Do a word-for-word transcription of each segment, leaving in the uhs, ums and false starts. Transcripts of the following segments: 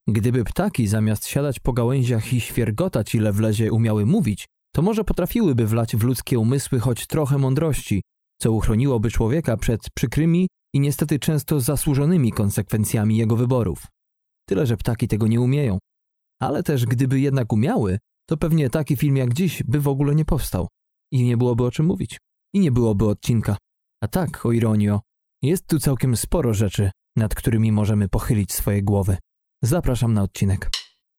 Gdyby ptaki zamiast siadać po gałęziach i świergotać ile wlezie umiały mówić, to może potrafiłyby wlać w ludzkie umysły choć trochę mądrości, co uchroniłoby człowieka przed przykrymi i niestety często zasłużonymi konsekwencjami jego wyborów. Tyle, że ptaki tego nie umieją. Ale też gdyby jednak umiały, to pewnie taki film jak dziś by w ogóle nie powstał. I nie byłoby o czym mówić. I nie byłoby odcinka. A tak, o ironio, jest tu całkiem sporo rzeczy, nad którymi możemy pochylić swoje głowy. Zapraszam na odcinek.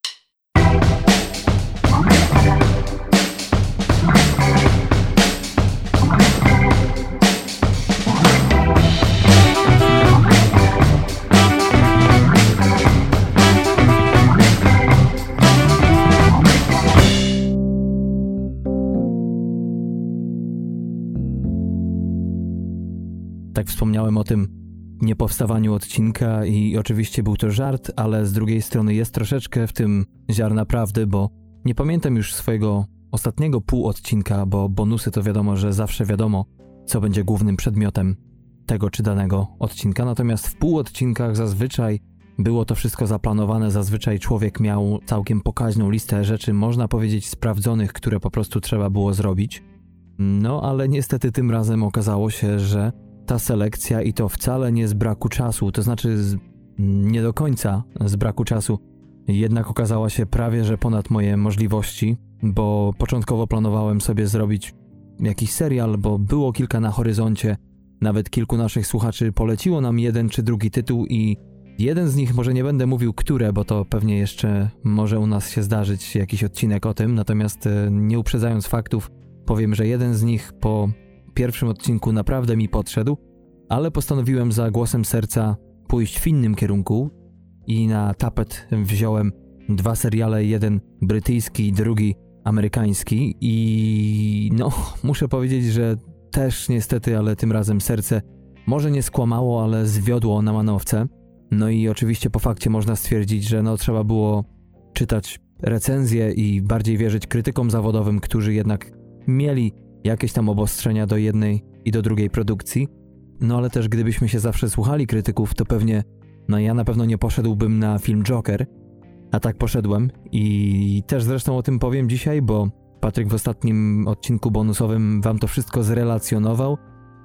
Tak wspomniałem o tym niepowstawaniu odcinka i oczywiście był to żart, ale z drugiej strony jest troszeczkę w tym ziarna prawdy, bo nie pamiętam już swojego ostatniego pół odcinka, bo bonusy to wiadomo, że zawsze wiadomo, co będzie głównym przedmiotem tego czy danego odcinka, natomiast w pół odcinkach zazwyczaj było to wszystko zaplanowane, zazwyczaj człowiek miał całkiem pokaźną listę rzeczy, można powiedzieć sprawdzonych, które po prostu trzeba było zrobić. No ale niestety tym razem okazało się, że ta selekcja i to wcale nie z braku czasu, to znaczy z, nie do końca z braku czasu, jednak okazała się prawie, że ponad moje możliwości, bo początkowo planowałem sobie zrobić jakiś serial, bo było kilka na horyzoncie, nawet kilku naszych słuchaczy poleciło nam jeden czy drugi tytuł i jeden z nich, może nie będę mówił które, bo to pewnie jeszcze może u nas się zdarzyć jakiś odcinek o tym, natomiast nie uprzedzając faktów, powiem, że jeden z nich po pierwszym odcinku naprawdę mi podszedł, ale postanowiłem za głosem serca pójść w innym kierunku i na tapet wziąłem dwa seriale, jeden brytyjski, drugi amerykański i no, muszę powiedzieć, że też niestety, ale tym razem serce może nie skłamało, ale zwiodło na manowce. No i oczywiście po fakcie można stwierdzić, że no trzeba było czytać recenzje i bardziej wierzyć krytykom zawodowym, którzy jednak mieli jakieś tam obostrzenia do jednej i do drugiej produkcji. No ale też gdybyśmy się zawsze słuchali krytyków, to pewnie, no ja na pewno nie poszedłbym na film Joker, a tak poszedłem i też zresztą o tym powiem dzisiaj, bo Patryk w ostatnim odcinku bonusowym wam to wszystko zrelacjonował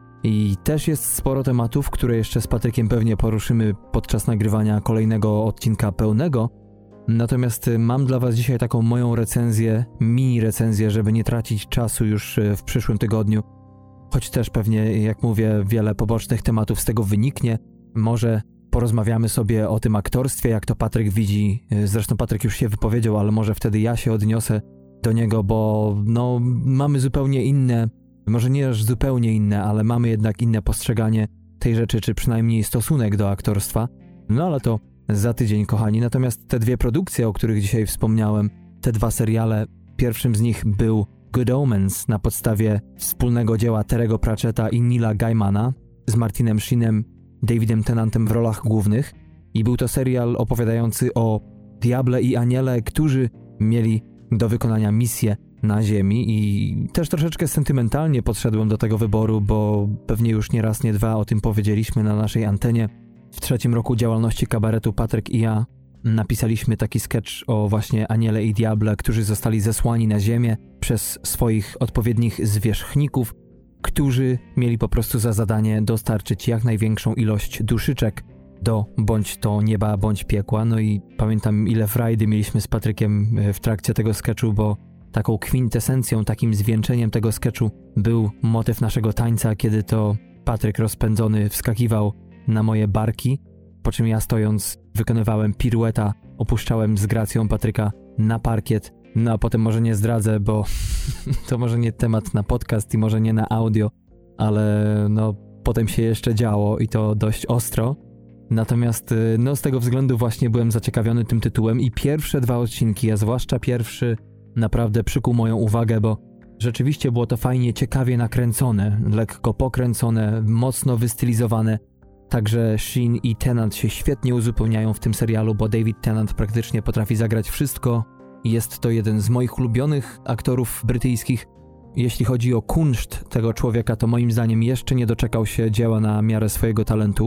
i też jest sporo tematów, które jeszcze z Patrykiem pewnie poruszymy podczas nagrywania kolejnego odcinka pełnego. Natomiast mam dla was dzisiaj taką moją recenzję, mini recenzję, żeby nie tracić czasu już w przyszłym tygodniu. Choć też pewnie, jak mówię, wiele pobocznych tematów z tego wyniknie. Może porozmawiamy sobie o tym aktorstwie, jak to Patryk widzi. Zresztą Patryk już się wypowiedział, ale może wtedy ja się odniosę do niego, bo no mamy zupełnie inne, może nie aż zupełnie inne, ale mamy jednak inne postrzeganie tej rzeczy, czy przynajmniej stosunek do aktorstwa. No ale to za tydzień, kochani. Natomiast te dwie produkcje, o których dzisiaj wspomniałem, te dwa seriale, pierwszym z nich był Good Omens na podstawie wspólnego dzieła Terry'ego Pratchetta i Neila Gaimana z Martinem Sheenem, Davidem Tennantem w rolach głównych i był to serial opowiadający o diable i aniele, którzy mieli do wykonania misję na ziemi i też troszeczkę sentymentalnie podszedłem do tego wyboru, bo pewnie już nie raz, nie dwa o tym powiedzieliśmy na naszej antenie. W trzecim roku działalności kabaretu Patryk i ja napisaliśmy taki sketch o właśnie aniele i diable, którzy zostali zesłani na ziemię przez swoich odpowiednich zwierzchników, którzy mieli po prostu za zadanie dostarczyć jak największą ilość duszyczek do bądź to nieba, bądź piekła. No i pamiętam, ile frajdy mieliśmy z Patrykiem w trakcie tego sketchu, bo taką kwintesencją, takim zwieńczeniem tego sketchu był motyw naszego tańca, kiedy to Patryk rozpędzony wskakiwał na moje barki, po czym ja stojąc wykonywałem pirueta, opuszczałem z gracją Patryka na parkiet. No a potem może nie zdradzę, bo to może nie temat na podcast i może nie na audio, ale no potem się jeszcze działo i to dość ostro. Natomiast no z tego względu właśnie byłem zaciekawiony tym tytułem i pierwsze dwa odcinki, a zwłaszcza pierwszy, naprawdę przykuł moją uwagę, bo rzeczywiście było to fajnie, ciekawie nakręcone, lekko pokręcone, mocno wystylizowane. Także Sheen i Tennant się świetnie uzupełniają w tym serialu, bo David Tennant praktycznie potrafi zagrać wszystko. Jest to jeden z moich ulubionych aktorów brytyjskich. Jeśli chodzi o kunszt tego człowieka, to moim zdaniem jeszcze nie doczekał się dzieła na miarę swojego talentu.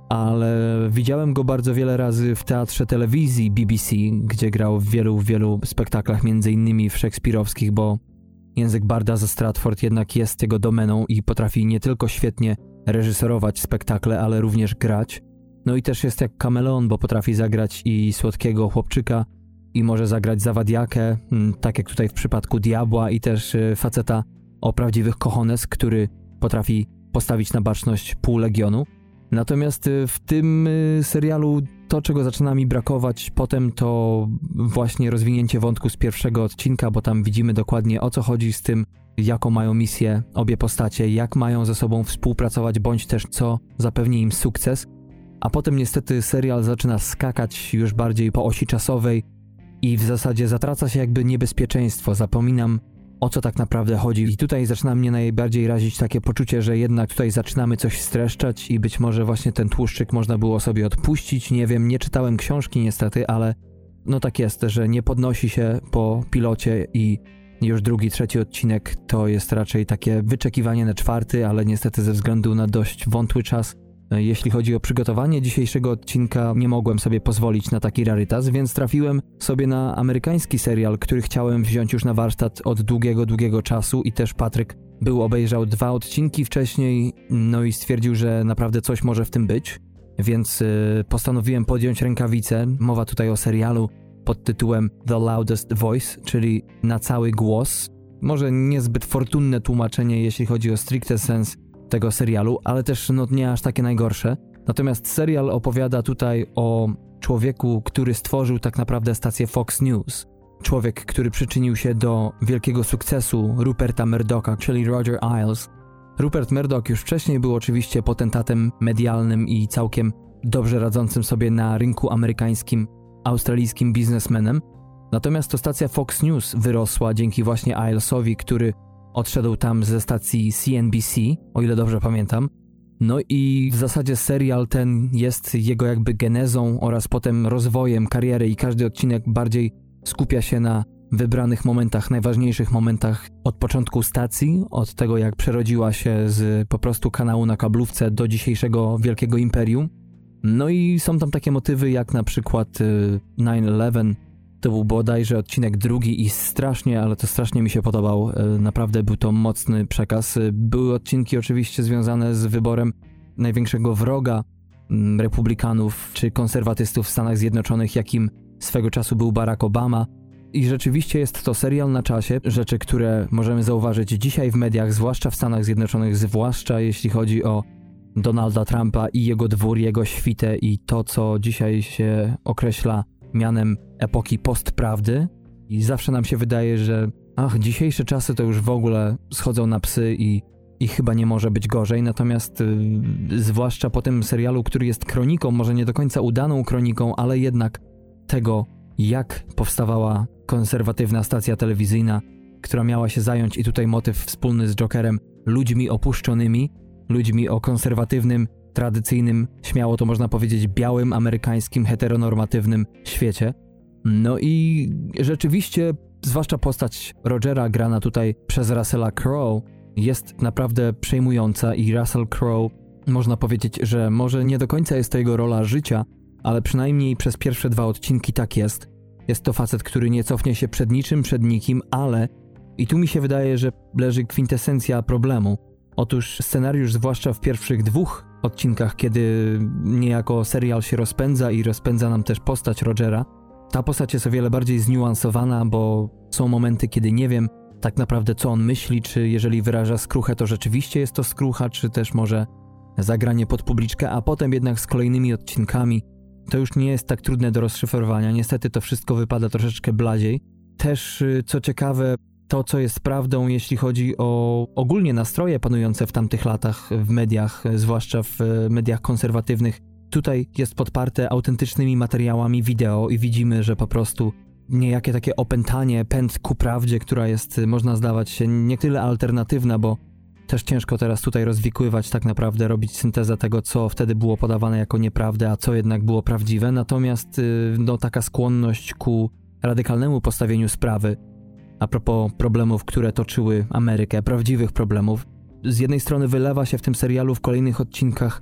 ale widziałem go bardzo wiele razy w teatrze telewizji B B C, gdzie grał w wielu, wielu spektaklach, między innymi w szekspirowskich, bo język barda ze Stratford jednak jest jego domeną i potrafi nie tylko świetnie reżyserować spektakle, ale również grać. No i też jest jak kameleon, bo potrafi zagrać i słodkiego chłopczyka, i może zagrać zawadiakę, tak jak tutaj w przypadku Diabła, i też faceta o prawdziwych cojones, który potrafi postawić na baczność pół legionu. Natomiast w tym serialu to, czego zaczyna mi brakować potem, to właśnie rozwinięcie wątku z pierwszego odcinka, bo tam widzimy dokładnie, o co chodzi z tym, jaką mają misję obie postacie, jak mają ze sobą współpracować, bądź też co zapewni im sukces. A potem niestety serial zaczyna skakać już bardziej po osi czasowej i w zasadzie zatraca się jakby niebezpieczeństwo. Zapominam, o co tak naprawdę chodzi. I tutaj zaczyna mnie najbardziej razić takie poczucie, że jednak tutaj zaczynamy coś streszczać i być może właśnie ten tłuszczyk można było sobie odpuścić. Nie wiem, nie czytałem książki niestety, ale no tak jest, że nie podnosi się po pilocie i już drugi, trzeci odcinek to jest raczej takie wyczekiwanie na czwarty, ale niestety ze względu na dość wątły czas, jeśli chodzi o przygotowanie dzisiejszego odcinka, nie mogłem sobie pozwolić na taki rarytas, więc trafiłem sobie na amerykański serial, który chciałem wziąć już na warsztat od długiego, długiego czasu i też Patryk był, obejrzał dwa odcinki wcześniej, no i stwierdził, że naprawdę coś może w tym być, więc yy, postanowiłem podjąć rękawice. Mowa tutaj o serialu pod tytułem The Loudest Voice, czyli na cały głos. Może niezbyt fortunne tłumaczenie, jeśli chodzi o stricte sens tego serialu, ale też no, nie aż takie najgorsze. Natomiast serial opowiada tutaj o człowieku, który stworzył tak naprawdę stację Fox News. Człowiek, który przyczynił się do wielkiego sukcesu Ruperta Murdocha, czyli Roger Ailes. Rupert Murdoch już wcześniej był oczywiście potentatem medialnym i całkiem dobrze radzącym sobie na rynku amerykańskim, australijskim biznesmenem. Natomiast to stacja Fox News wyrosła dzięki właśnie Ailesowi, który odszedł tam ze stacji C N B C, o ile dobrze pamiętam. No i w zasadzie serial ten jest jego jakby genezą oraz potem rozwojem kariery i każdy odcinek bardziej skupia się na wybranych momentach, najważniejszych momentach od początku stacji, od tego jak przerodziła się z po prostu kanału na kablówce do dzisiejszego wielkiego imperium. No i są tam takie motywy jak na przykład nine eleven. To był bodajże odcinek drugi i strasznie, ale to strasznie mi się podobał. Naprawdę był to mocny przekaz. Były odcinki oczywiście związane z wyborem największego wroga republikanów czy konserwatystów w Stanach Zjednoczonych, jakim swego czasu był Barack Obama. I rzeczywiście jest to serial na czasie. Rzeczy, które możemy zauważyć dzisiaj w mediach, zwłaszcza w Stanach Zjednoczonych, zwłaszcza jeśli chodzi o Donalda Trumpa i jego dwór, jego świtę i to, co dzisiaj się określa mianem epoki postprawdy. I zawsze nam się wydaje, że ach, dzisiejsze czasy to już w ogóle schodzą na psy i, i chyba nie może być gorzej. Natomiast yy, zwłaszcza po tym serialu, który jest kroniką, może nie do końca udaną kroniką, ale jednak tego, jak powstawała konserwatywna stacja telewizyjna, która miała się zająć, i tutaj motyw wspólny z Jokerem, ludźmi opuszczonymi, ludźmi o konserwatywnym, tradycyjnym, śmiało to można powiedzieć, białym, amerykańskim, heteronormatywnym świecie. No i rzeczywiście, zwłaszcza postać Rogera, grana tutaj przez Russella Crowe, jest naprawdę przejmująca i Russell Crowe, można powiedzieć, że może nie do końca jest to jego rola życia, ale przynajmniej przez pierwsze dwa odcinki tak jest. Jest to facet, który nie cofnie się przed niczym, przed nikim, ale i tu mi się wydaje, że leży kwintesencja problemu. Otóż scenariusz, zwłaszcza w pierwszych dwóch odcinkach, kiedy niejako serial się rozpędza i rozpędza nam też postać Rogera, ta postać jest o wiele bardziej zniuansowana, bo są momenty, kiedy nie wiem tak naprawdę, co on myśli, czy jeżeli wyraża skruchę, to rzeczywiście jest to skrucha, czy też może zagranie pod publiczkę, a potem jednak z kolejnymi odcinkami to już nie jest tak trudne do rozszyfrowania. Niestety to wszystko wypada troszeczkę bladziej. Też, co ciekawe, to, co jest prawdą, jeśli chodzi o ogólnie nastroje panujące w tamtych latach w mediach, zwłaszcza w mediach konserwatywnych, tutaj jest podparte autentycznymi materiałami wideo i widzimy, że po prostu niejakie takie opętanie, pęd ku prawdzie, która jest, można zdawać się, nie tyle alternatywna, bo też ciężko teraz tutaj rozwikływać, tak naprawdę robić syntezę tego, co wtedy było podawane jako nieprawdę, a co jednak było prawdziwe. Natomiast no, taka skłonność ku radykalnemu postawieniu sprawy a propos problemów, które toczyły Amerykę, prawdziwych problemów, z jednej strony wylewa się w tym serialu w kolejnych odcinkach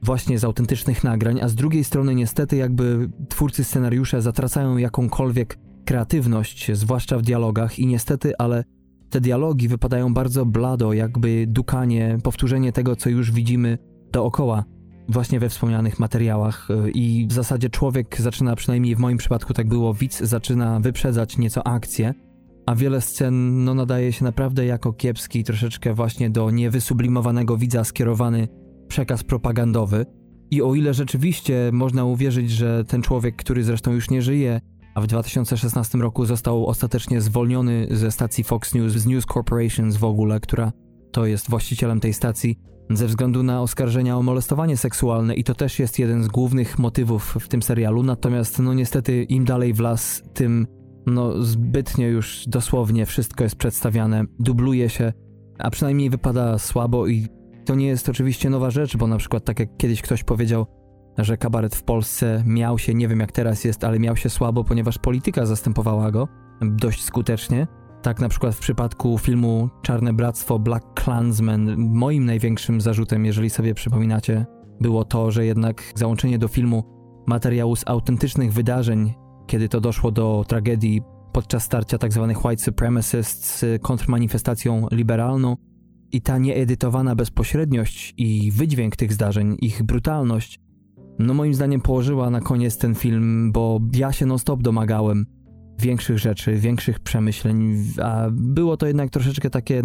właśnie z autentycznych nagrań, a z drugiej strony niestety jakby twórcy scenariusza zatracają jakąkolwiek kreatywność, zwłaszcza w dialogach i niestety, ale te dialogi wypadają bardzo blado, jakby dukanie, powtórzenie tego, co już widzimy dookoła, właśnie we wspomnianych materiałach i w zasadzie człowiek zaczyna, przynajmniej w moim przypadku tak było, widz zaczyna wyprzedzać nieco akcję, a wiele scen no, nadaje się naprawdę jako kiepski, troszeczkę właśnie do niewysublimowanego widza skierowany przekaz propagandowy. I o ile rzeczywiście można uwierzyć, że ten człowiek, który zresztą już nie żyje, a w dwa tysiące szesnastym roku został ostatecznie zwolniony ze stacji Fox News, z News Corporations w ogóle, która to jest właścicielem tej stacji, ze względu na oskarżenia o molestowanie seksualne i to też jest jeden z głównych motywów w tym serialu, natomiast no niestety im dalej w las, tym no zbytnio już dosłownie wszystko jest przedstawiane, dubluje się, a przynajmniej wypada słabo i to nie jest oczywiście nowa rzecz, bo na przykład tak jak kiedyś ktoś powiedział, że kabaret w Polsce miał się, nie wiem jak teraz jest, ale miał się słabo, ponieważ polityka zastępowała go dość skutecznie. Tak na przykład w przypadku filmu Czarne Bractwo, Black Klansman, moim największym zarzutem, jeżeli sobie przypominacie, było to, że jednak załączenie do filmu materiału z autentycznych wydarzeń, kiedy to doszło do tragedii podczas starcia tzw. white supremacists z kontrmanifestacją liberalną i ta nieedytowana bezpośredniość i wydźwięk tych zdarzeń, ich brutalność, no moim zdaniem położyła na koniec ten film, bo ja się non-stop domagałem większych rzeczy, większych przemyśleń, a było to jednak troszeczkę takie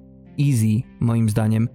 easy moim zdaniem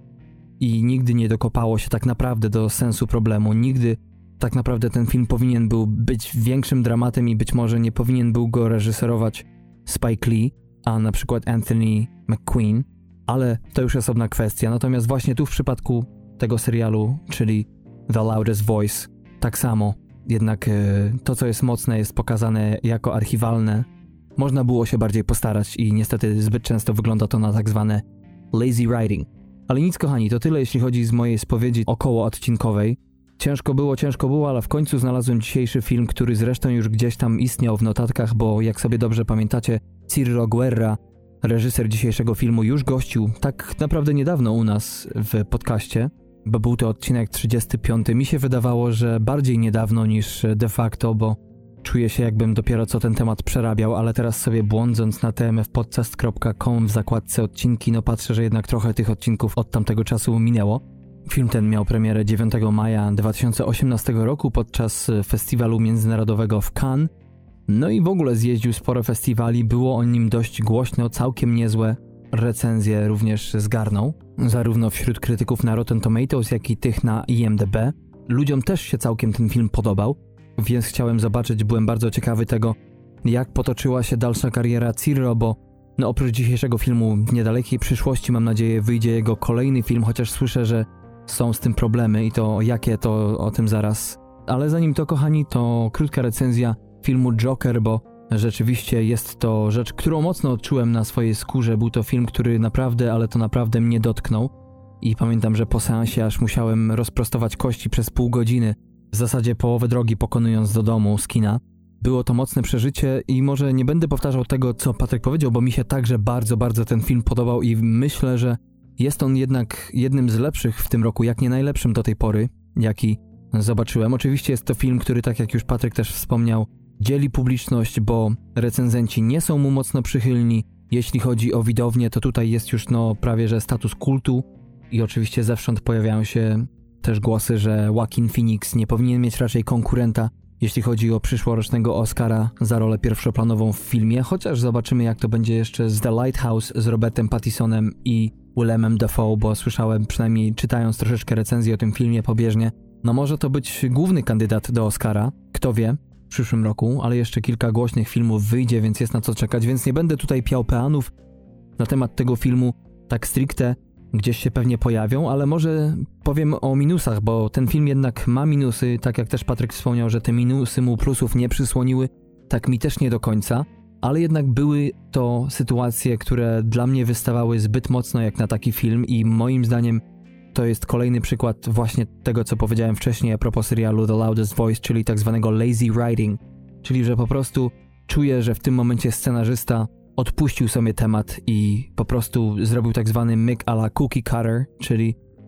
i nigdy nie dokopało się tak naprawdę do sensu problemu, nigdy tak naprawdę ten film powinien był być większym dramatem i być może nie powinien był go reżyserować Spike Lee, a na przykład Anthony McQueen, ale to już jest osobna kwestia. Natomiast właśnie tu w przypadku tego serialu, czyli The Loudest Voice, tak samo. Jednak to, co jest mocne, jest pokazane jako archiwalne. Można było się bardziej postarać i niestety zbyt często wygląda to na tak zwane lazy writing. Ale nic kochani, to tyle jeśli chodzi z mojej spowiedzi około odcinkowej. Ciężko było, ciężko było, ale w końcu znalazłem dzisiejszy film, który zresztą już gdzieś tam istniał w notatkach, bo jak sobie dobrze pamiętacie, Ciro Guerra, reżyser dzisiejszego filmu, już gościł tak naprawdę niedawno u nas w podcaście, bo był to odcinek trzydziesty piąty. Mi się wydawało, że bardziej niedawno niż de facto, bo czuję się jakbym dopiero co ten temat przerabiał, ale teraz sobie błądząc na t m f podcast kropka com w zakładce odcinki, no patrzę, że jednak trochę tych odcinków od tamtego czasu minęło. Film ten miał premierę dziewiątego maja dwa tysiące osiemnastego roku podczas festiwalu międzynarodowego w Cannes. No i w ogóle zjeździł sporo festiwali, było o nim dość głośno, całkiem niezłe recenzje również zgarnął, zarówno wśród krytyków na Rotten Tomatoes, jak i tych na I M D B. Ludziom też się całkiem ten film podobał, więc chciałem zobaczyć, byłem bardzo ciekawy tego, jak potoczyła się dalsza kariera Ciro, bo no oprócz dzisiejszego filmu w niedalekiej przyszłości, mam nadzieję, wyjdzie jego kolejny film, chociaż słyszę, że są z tym problemy i to jakie, to o tym zaraz. Ale zanim to, kochani, to krótka recenzja filmu Joker, bo rzeczywiście jest to rzecz, którą mocno odczułem na swojej skórze. Był to film, który naprawdę, ale to naprawdę mnie dotknął. I pamiętam, że po seansie aż musiałem rozprostować kości przez pół godziny, w zasadzie połowę drogi pokonując do domu z kina. Było to mocne przeżycie i może nie będę powtarzał tego, co Patryk powiedział, bo mi się także bardzo, bardzo ten film podobał i myślę, że jest on jednak jednym z lepszych w tym roku, jak nie najlepszym do tej pory, jaki zobaczyłem. Oczywiście jest to film, który, tak jak już Patryk też wspomniał, dzieli publiczność, bo recenzenci nie są mu mocno przychylni. Jeśli chodzi o widownię, to tutaj jest już no prawie że status kultu i oczywiście zewsząd pojawiają się też głosy, że Joaquin Phoenix nie powinien mieć raczej konkurenta, jeśli chodzi o przyszłorocznego Oscara za rolę pierwszoplanową w filmie, chociaż zobaczymy, jak to będzie jeszcze z The Lighthouse z Robertem Pattisonem i Willemem Dafoe, bo słyszałem, przynajmniej czytając troszeczkę recenzji o tym filmie pobieżnie, no może to być główny kandydat do Oscara, kto wie, w przyszłym roku, ale jeszcze kilka głośnych filmów wyjdzie, więc jest na co czekać, więc nie będę tutaj piał peanów na temat tego filmu tak stricte, gdzieś się pewnie pojawią, ale może powiem o minusach, bo ten film jednak ma minusy, tak jak też Patryk wspomniał, że te minusy mu plusów nie przysłoniły, tak mi też nie do końca, ale jednak były to sytuacje, które dla mnie wystawały zbyt mocno jak na taki film i moim zdaniem to jest kolejny przykład właśnie tego, co powiedziałem wcześniej a propos serialu The Loudest Voice, czyli tak zwanego lazy writing, czyli że po prostu czuję, że w tym momencie scenarzysta odpuścił sobie temat i po prostu zrobił tak zwany myk a la cookie cutter, czyli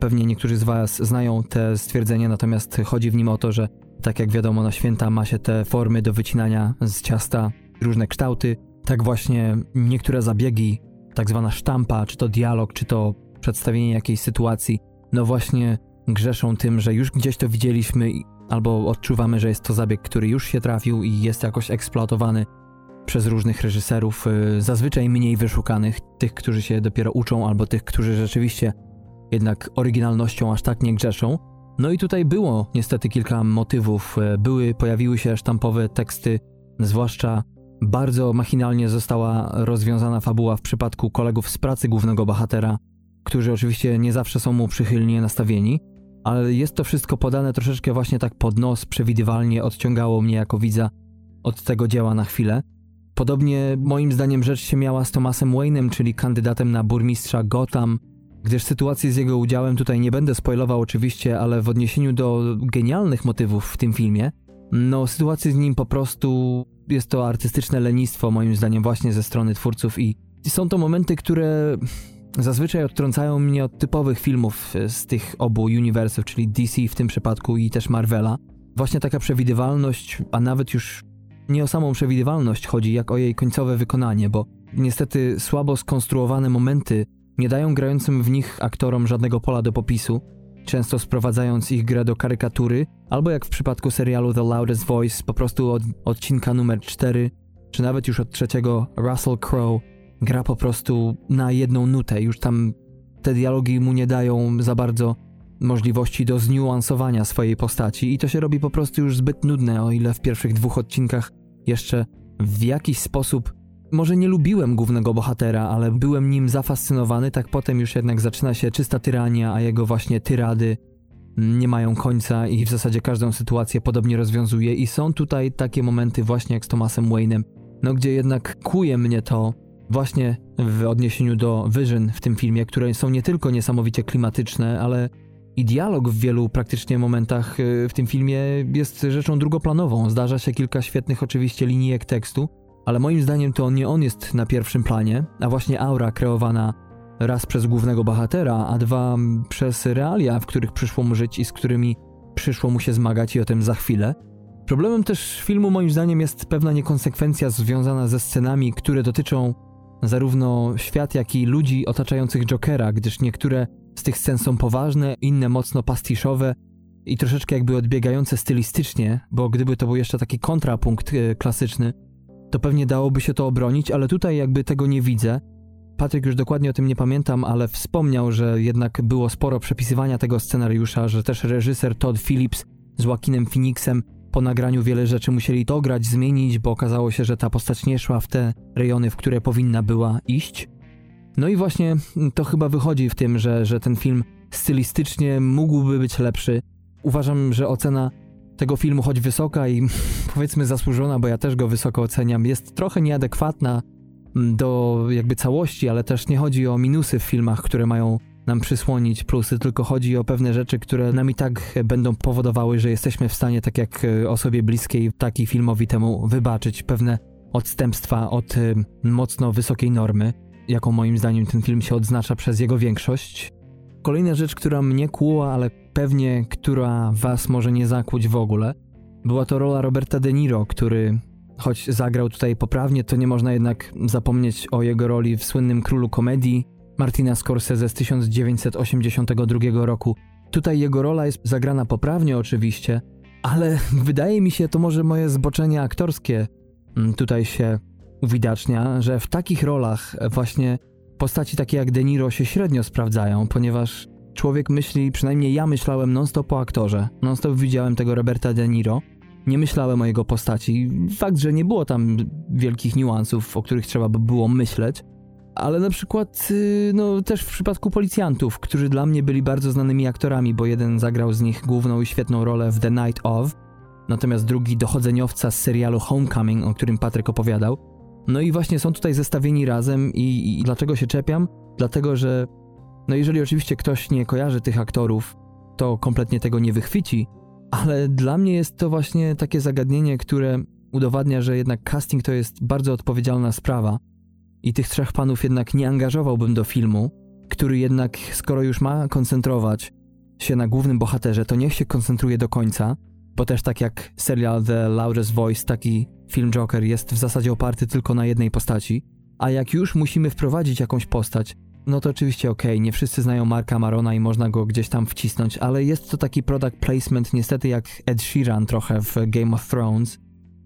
pewnie niektórzy z was znają te stwierdzenie, natomiast chodzi w nim o to, że tak jak wiadomo na święta ma się te formy do wycinania z ciasta, różne kształty, tak właśnie niektóre zabiegi, tak zwana sztampa, czy to dialog, czy to przedstawienie jakiejś sytuacji, no właśnie grzeszą tym, że już gdzieś to widzieliśmy albo odczuwamy, że jest to zabieg, który już się trafił i jest jakoś eksploatowany przez różnych reżyserów, zazwyczaj mniej wyszukanych, tych, którzy się dopiero uczą, albo tych, którzy rzeczywiście jednak oryginalnością aż tak nie grzeszą. No i tutaj było niestety kilka motywów, były, pojawiły się sztampowe teksty, zwłaszcza bardzo machinalnie została rozwiązana fabuła w przypadku kolegów z pracy głównego bohatera, którzy oczywiście nie zawsze są mu przychylnie nastawieni, ale jest to wszystko podane troszeczkę właśnie tak pod nos, przewidywalnie, odciągało mnie jako widza od tego dzieła na chwilę. Podobnie moim zdaniem rzecz się miała z Thomasem Wayne'em, czyli kandydatem na burmistrza Gotham, gdyż sytuacji z jego udziałem tutaj nie będę spoilował oczywiście, ale w odniesieniu do genialnych motywów w tym filmie, no sytuacji z nim po prostu jest to artystyczne lenistwo moim zdaniem właśnie ze strony twórców i są to momenty, które zazwyczaj odtrącają mnie od typowych filmów z tych obu uniwersów, czyli D C w tym przypadku i też Marvela. Właśnie taka przewidywalność, a nawet już nie o samą przewidywalność chodzi, jak o jej końcowe wykonanie, bo niestety słabo skonstruowane momenty nie dają grającym w nich aktorom żadnego pola do popisu, często sprowadzając ich grę do karykatury, albo jak w przypadku serialu The Loudest Voice, po prostu od odcinka numer cztery, czy nawet już od trzeciego, Russell Crowe gra po prostu na jedną nutę, już tam te dialogi mu nie dają za bardzo możliwości do zniuansowania swojej postaci i to się robi po prostu już zbyt nudne, o ile w pierwszych dwóch odcinkach jeszcze w jakiś sposób może nie lubiłem głównego bohatera, ale byłem nim zafascynowany, tak potem już jednak zaczyna się czysta tyrania, a jego właśnie tyrady nie mają końca i w zasadzie każdą sytuację podobnie rozwiązuje i są tutaj takie momenty właśnie jak z Thomasem Wayne'em, no gdzie jednak kuje mnie to właśnie w odniesieniu do Vision w tym filmie, które są nie tylko niesamowicie klimatyczne, ale i dialog w wielu praktycznie momentach w tym filmie jest rzeczą drugoplanową. Zdarza się kilka świetnych oczywiście linijek tekstu, ale moim zdaniem to nie on jest na pierwszym planie, a właśnie aura kreowana raz przez głównego bohatera, a dwa przez realia, w których przyszło mu żyć i z którymi przyszło mu się zmagać i o tym za chwilę. Problemem też filmu moim zdaniem jest pewna niekonsekwencja związana ze scenami, które dotyczą zarówno świat, jak i ludzi otaczających Jokera, gdyż niektóre z tych scen są poważne, inne mocno pastiszowe i troszeczkę jakby odbiegające stylistycznie, bo gdyby to był jeszcze taki kontrapunkt klasyczny, to pewnie dałoby się to obronić, ale tutaj jakby tego nie widzę. Patryk już dokładnie o tym nie pamiętam, ale wspomniał, że jednak było sporo przepisywania tego scenariusza, że też reżyser Todd Phillips z Joaquinem Phoenixem po nagraniu wiele rzeczy musieli dograć, zmienić, bo okazało się, że ta postać nie szła w te rejony, w które powinna była iść. No i właśnie to chyba wychodzi w tym, że, że ten film stylistycznie mógłby być lepszy. Uważam, że ocena tego filmu, choć wysoka i powiedzmy zasłużona, bo ja też go wysoko oceniam, jest trochę nieadekwatna do jakby całości, ale też nie chodzi o minusy w filmach, które mają nam przysłonić plusy, tylko chodzi o pewne rzeczy, które nam i tak będą powodowały, że jesteśmy w stanie, tak jak osobie bliskiej, taki filmowi temu wybaczyć pewne odstępstwa od mocno wysokiej normy, jaką moim zdaniem ten film się odznacza przez jego większość. Kolejna rzecz, która mnie kłuła, ale pewnie która was może nie zakłuć w ogóle, była to rola Roberta De Niro, który choć zagrał tutaj poprawnie, to nie można jednak zapomnieć o jego roli w słynnym Królu Komedii Martina Scorsese z tysiąc dziewięćset osiemdziesiątego drugiego roku. Tutaj jego rola jest zagrana poprawnie oczywiście, ale wydaje mi się, to może moje zboczenie aktorskie tutaj się uwidacznia, że w takich rolach właśnie postaci takie jak De Niro się średnio sprawdzają, ponieważ człowiek myśli, przynajmniej ja myślałem non-stop o aktorze. Non-stop widziałem tego Roberta De Niro. Nie myślałem o jego postaci. Fakt, że nie było tam wielkich niuansów, o których trzeba by było myśleć, ale na przykład no, też w przypadku Policjantów, którzy dla mnie byli bardzo znanymi aktorami, bo jeden zagrał z nich główną i świetną rolę w The Night Of, natomiast drugi dochodzeniowca z serialu Homecoming, o którym Patryk opowiadał. No i właśnie są tutaj zestawieni razem i, i dlaczego się czepiam? Dlatego, że no jeżeli oczywiście ktoś nie kojarzy tych aktorów, to kompletnie tego nie wychwyci, ale dla mnie jest to właśnie takie zagadnienie, które udowadnia, że jednak casting to jest bardzo odpowiedzialna sprawa i tych trzech panów jednak nie angażowałbym do filmu, który jednak, skoro już ma koncentrować się na głównym bohaterze, to niech się koncentruje do końca, bo też tak jak serial The Loudest Voice, taki film Joker jest w zasadzie oparty tylko na jednej postaci, a jak już musimy wprowadzić jakąś postać, no to oczywiście okej, okay, nie wszyscy znają Marka Marona i można go gdzieś tam wcisnąć, ale jest to taki product placement niestety jak Ed Sheeran trochę w Game of Thrones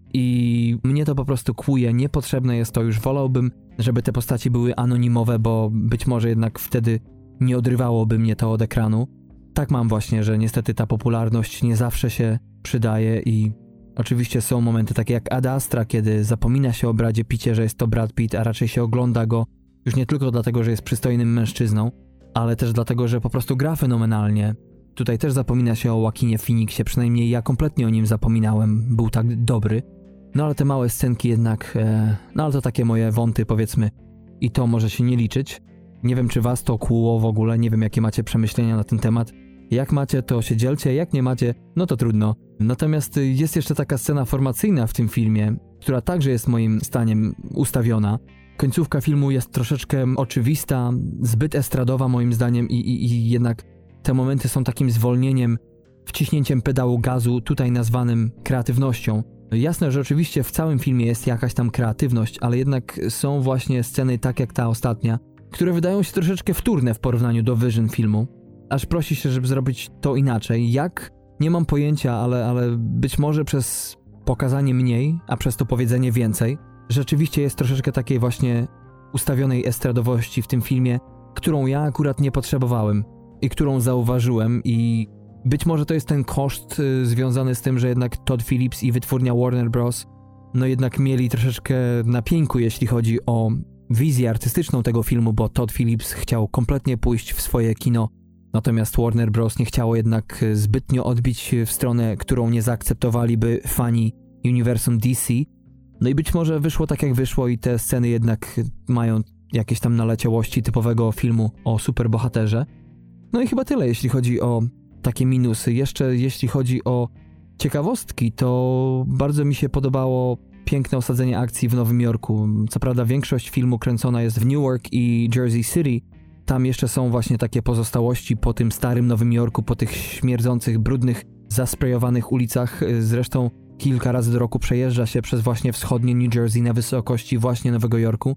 i mnie to po prostu kłuje, niepotrzebne jest to, już wolałbym, żeby te postaci były anonimowe, bo być może jednak wtedy nie odrywałoby mnie to od ekranu. Tak mam właśnie, że niestety ta popularność nie zawsze się przydaje i oczywiście są momenty takie jak Ad Astra, kiedy zapomina się o Bradzie Pitcie, że jest to Brad Pitt, a raczej się ogląda go już nie tylko dlatego, że jest przystojnym mężczyzną, ale też dlatego, że po prostu gra fenomenalnie. Tutaj też zapomina się o Joaquinie Phoenixie, przynajmniej ja kompletnie o nim zapominałem, był tak dobry. No ale te małe scenki jednak, e, no ale to takie moje wąty powiedzmy i to może się nie liczyć. Nie wiem, czy was to kłuło w ogóle, nie wiem, jakie macie przemyślenia na ten temat. Jak macie, to się dzielcie, jak nie macie, no to trudno. Natomiast jest jeszcze taka scena formacyjna w tym filmie, która także jest moim zdaniem ustawiona. Końcówka filmu jest troszeczkę oczywista, zbyt estradowa moim zdaniem i, i, i jednak te momenty są takim zwolnieniem, wciśnięciem pedału gazu, tutaj nazwanym kreatywnością. Jasne, że oczywiście w całym filmie jest jakaś tam kreatywność, ale jednak są właśnie sceny tak jak ta ostatnia, które wydają się troszeczkę wtórne w porównaniu do Vision filmu. Aż prosi się, żeby zrobić to inaczej. Jak? Nie mam pojęcia, ale, ale być może przez pokazanie mniej, a przez to powiedzenie więcej, rzeczywiście jest troszeczkę takiej właśnie ustawionej estradowości w tym filmie, którą ja akurat nie potrzebowałem i którą zauważyłem i być może to jest ten koszt y, związany z tym, że jednak Todd Phillips i wytwórnia Warner Bros. No jednak mieli troszeczkę na pieńku, jeśli chodzi o wizję artystyczną tego filmu, bo Todd Phillips chciał kompletnie pójść w swoje kino, natomiast Warner Bros. Nie chciało jednak zbytnio odbić w stronę, którą nie zaakceptowaliby fani uniwersum D C. No i być może wyszło tak jak wyszło i te sceny jednak mają jakieś tam naleciałości typowego filmu o superbohaterze. No i chyba tyle, jeśli chodzi o takie minusy. Jeszcze jeśli chodzi o ciekawostki, to bardzo mi się podobało piękne osadzenie akcji w Nowym Jorku. Co prawda większość filmu kręcona jest w Newark i Jersey City. Tam jeszcze są właśnie takie pozostałości po tym starym Nowym Jorku, po tych śmierdzących, brudnych, zasprejowanych ulicach. Zresztą kilka razy do roku przejeżdża się przez właśnie wschodnie New Jersey na wysokości właśnie Nowego Jorku.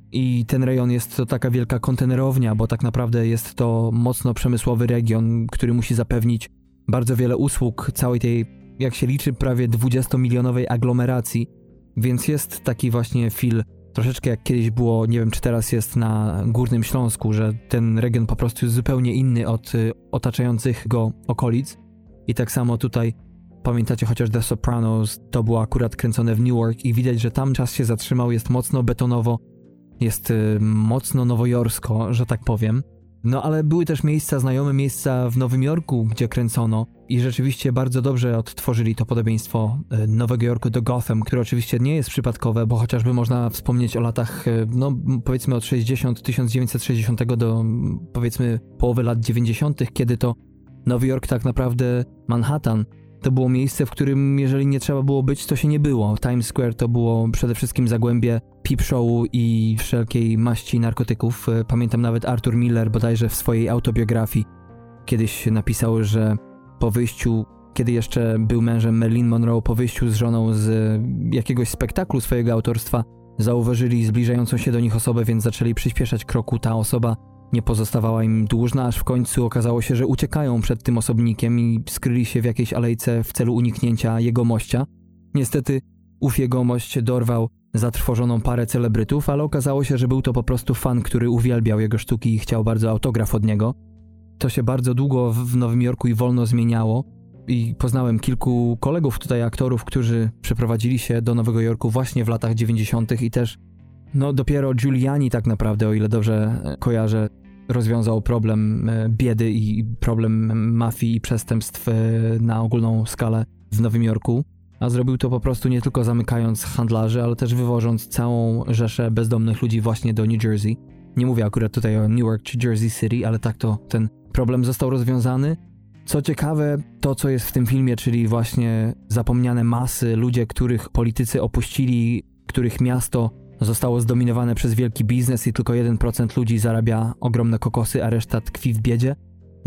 I ten rejon jest to taka wielka kontenerownia, bo tak naprawdę jest to mocno przemysłowy region, który musi zapewnić bardzo wiele usług całej tej, jak się liczy, prawie dwudziestomilionowej aglomeracji. Więc jest taki właśnie feel, troszeczkę jak kiedyś było, nie wiem czy teraz jest na Górnym Śląsku, że ten region po prostu jest zupełnie inny od y, otaczających go okolic. I tak samo tutaj, pamiętacie chociaż The Sopranos, to było akurat kręcone w Newark i widać, że tam czas się zatrzymał, jest mocno betonowo, jest y, mocno nowojorsko, że tak powiem. No ale były też miejsca, znajome miejsca w Nowym Jorku, gdzie kręcono i rzeczywiście bardzo dobrze odtworzyli to podobieństwo y, Nowego Jorku do Gotham, które oczywiście nie jest przypadkowe, bo chociażby można wspomnieć o latach, y, no powiedzmy od sześćdziesiątego, tysiąc dziewięćset sześćdziesiątego do powiedzmy połowy lat dziewięćdziesiątych, kiedy to Nowy Jork tak naprawdę Manhattan to było miejsce, w którym jeżeli nie trzeba było być, to się nie było. Times Square to było przede wszystkim zagłębie peep showu i wszelkiej maści narkotyków. Pamiętam nawet Arthur Miller bodajże w swojej autobiografii kiedyś napisał, że po wyjściu, kiedy jeszcze był mężem Marilyn Monroe, po wyjściu z żoną z jakiegoś spektaklu swojego autorstwa, zauważyli zbliżającą się do nich osobę, więc zaczęli przyspieszać kroku. Ta osoba nie pozostawała im dłużna, aż w końcu okazało się, że uciekają przed tym osobnikiem i skryli się w jakiejś alejce w celu uniknięcia jegomościa. Niestety ów jegomość dorwał zatrwożoną parę celebrytów, ale okazało się, że był to po prostu fan, który uwielbiał jego sztuki i chciał bardzo autograf od niego. To się bardzo długo w Nowym Jorku i wolno zmieniało i poznałem kilku kolegów tutaj, aktorów, którzy przeprowadzili się do Nowego Jorku właśnie w latach dziewięćdziesiątych i też no dopiero Giuliani tak naprawdę, o ile dobrze kojarzę, rozwiązał problem biedy i problem mafii i przestępstw na ogólną skalę w Nowym Jorku, a zrobił to po prostu nie tylko zamykając handlarzy, ale też wywożąc całą rzeszę bezdomnych ludzi właśnie do New Jersey. Nie mówię akurat tutaj o Newark czy Jersey City, ale tak to ten problem został rozwiązany. Co ciekawe, to co jest w tym filmie, czyli właśnie zapomniane masy, ludzie, których politycy opuścili, których miasto zostało zdominowane przez wielki biznes i tylko jeden procent ludzi zarabia ogromne kokosy, a reszta tkwi w biedzie.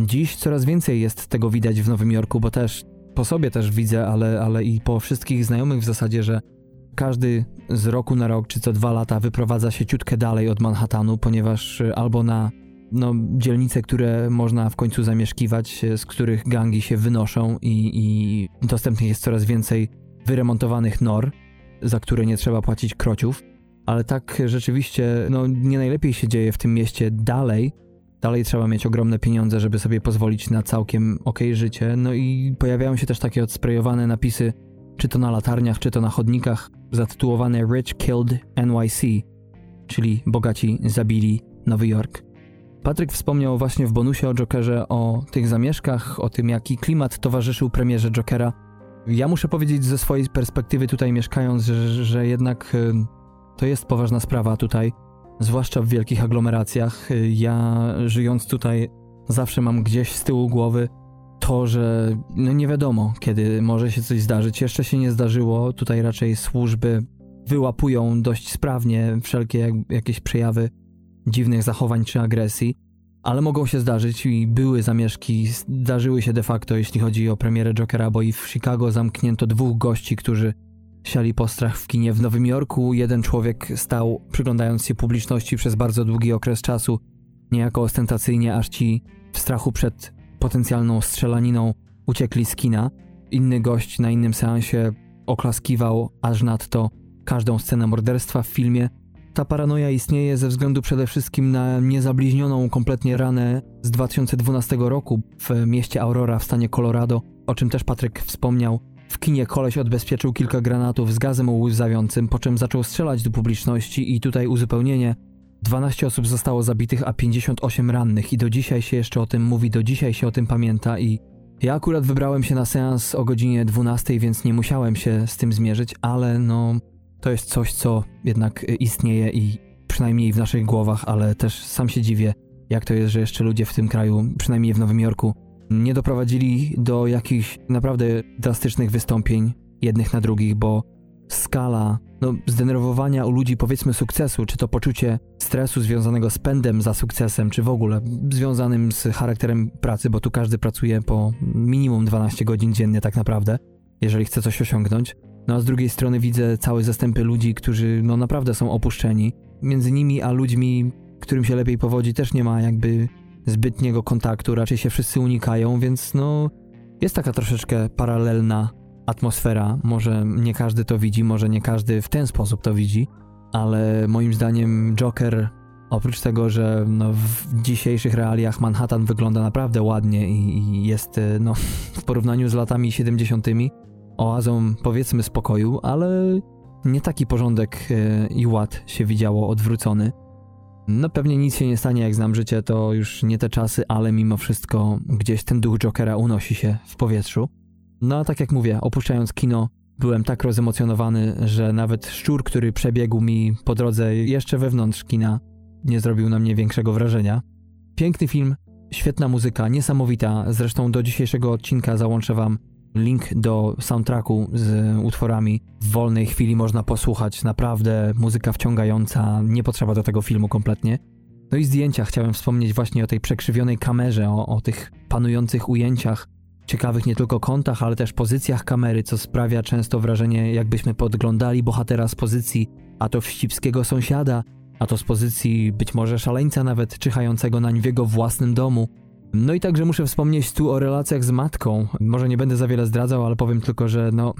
Dziś coraz więcej jest tego widać w Nowym Jorku, bo też po sobie też widzę, ale, ale i po wszystkich znajomych w zasadzie, że każdy z roku na rok czy co dwa lata wyprowadza się ciutkę dalej od Manhattanu, ponieważ albo na no, dzielnice, które można w końcu zamieszkiwać, z których gangi się wynoszą i, i dostępnych jest coraz więcej wyremontowanych nor, za które nie trzeba płacić krociów, ale tak rzeczywiście no, nie najlepiej się dzieje w tym mieście dalej. Dalej trzeba mieć ogromne pieniądze, żeby sobie pozwolić na całkiem okej życie. No i pojawiają się też takie odsprejowane napisy, czy to na latarniach, czy to na chodnikach, zatytułowane Rich Killed N Y C, czyli bogaci zabili Nowy Jork. Patryk wspomniał właśnie w bonusie o Jokerze o tych zamieszkach, o tym, jaki klimat towarzyszył premierze Jokera. Ja muszę powiedzieć ze swojej perspektywy tutaj mieszkając, że, że jednak y, to jest poważna sprawa tutaj, zwłaszcza w wielkich aglomeracjach. Ja żyjąc tutaj zawsze mam gdzieś z tyłu głowy to, że no nie wiadomo, kiedy może się coś zdarzyć. Jeszcze się nie zdarzyło. Tutaj raczej służby wyłapują dość sprawnie wszelkie jak, jakieś przejawy dziwnych zachowań czy agresji, ale mogą się zdarzyć i były zamieszki, zdarzyły się de facto, jeśli chodzi o premierę Jokera, bo i w Chicago zamknięto dwóch gości, którzy siali postrach w kinie. W Nowym Jorku jeden człowiek stał, przyglądając się publiczności przez bardzo długi okres czasu, niejako ostentacyjnie, aż ci w strachu przed potencjalną strzelaniną uciekli z kina. Inny gość na innym seansie oklaskiwał aż nadto każdą scenę morderstwa w filmie. Ta paranoja istnieje ze względu przede wszystkim na niezabliźnioną kompletnie ranę z dwa tysiące dwunastego roku w mieście Aurora w stanie Colorado, o czym też Patryk wspomniał. W kinie koleś odbezpieczył kilka granatów z gazem łzawiącym, po czym zaczął strzelać do publiczności i tutaj uzupełnienie. dwanaście osób zostało zabitych, a pięćdziesiąt osiem rannych i do dzisiaj się jeszcze o tym mówi, do dzisiaj się o tym pamięta i ja akurat wybrałem się na seans o godzinie dwunastej, więc nie musiałem się z tym zmierzyć, ale no to jest coś, co jednak istnieje i przynajmniej w naszych głowach, ale też sam się dziwię, jak to jest, że jeszcze ludzie w tym kraju, przynajmniej w Nowym Jorku, nie doprowadzili do jakichś naprawdę drastycznych wystąpień jednych na drugich, bo skala no, zdenerwowania u ludzi, powiedzmy, sukcesu, czy to poczucie stresu związanego z pędem za sukcesem, czy w ogóle związanym z charakterem pracy, bo tu każdy pracuje po minimum dwanaście godzin dziennie tak naprawdę, jeżeli chce coś osiągnąć. No a z drugiej strony widzę całe zastępy ludzi, którzy no naprawdę są opuszczeni. Między nimi a ludźmi, którym się lepiej powodzi, też nie ma jakby zbytniego kontaktu, raczej się wszyscy unikają, więc no jest taka troszeczkę paralelna atmosfera. Może nie każdy to widzi, może nie każdy w ten sposób to widzi, ale moim zdaniem Joker, oprócz tego, że no w dzisiejszych realiach Manhattan wygląda naprawdę ładnie i, i jest no w porównaniu z latami siedemdziesiątymi oazą, powiedzmy, spokoju, ale nie taki porządek i ład się widziało odwrócony. No pewnie nic się nie stanie, jak znam życie, to już nie te czasy, ale mimo wszystko gdzieś ten duch Jokera unosi się w powietrzu. No a tak jak mówię, opuszczając kino, byłem tak rozemocjonowany, że nawet szczur, który przebiegł mi po drodze jeszcze wewnątrz kina, nie zrobił na mnie większego wrażenia. Piękny film, świetna muzyka, niesamowita, zresztą do dzisiejszego odcinka załączę wam link do soundtracku z utworami. W wolnej chwili można posłuchać, naprawdę muzyka wciągająca, nie potrzeba do tego filmu kompletnie. No i zdjęcia, chciałem wspomnieć właśnie o tej przekrzywionej kamerze, o, o tych panujących ujęciach, ciekawych nie tylko kątach, ale też pozycjach kamery, co sprawia często wrażenie, jakbyśmy podglądali bohatera z pozycji a to wścibskiego sąsiada, a to z pozycji być może szaleńca nawet, czyhającego nań w jego własnym domu. No i także muszę wspomnieć tu o relacjach z matką. Może nie będę za wiele zdradzał, ale powiem tylko, że no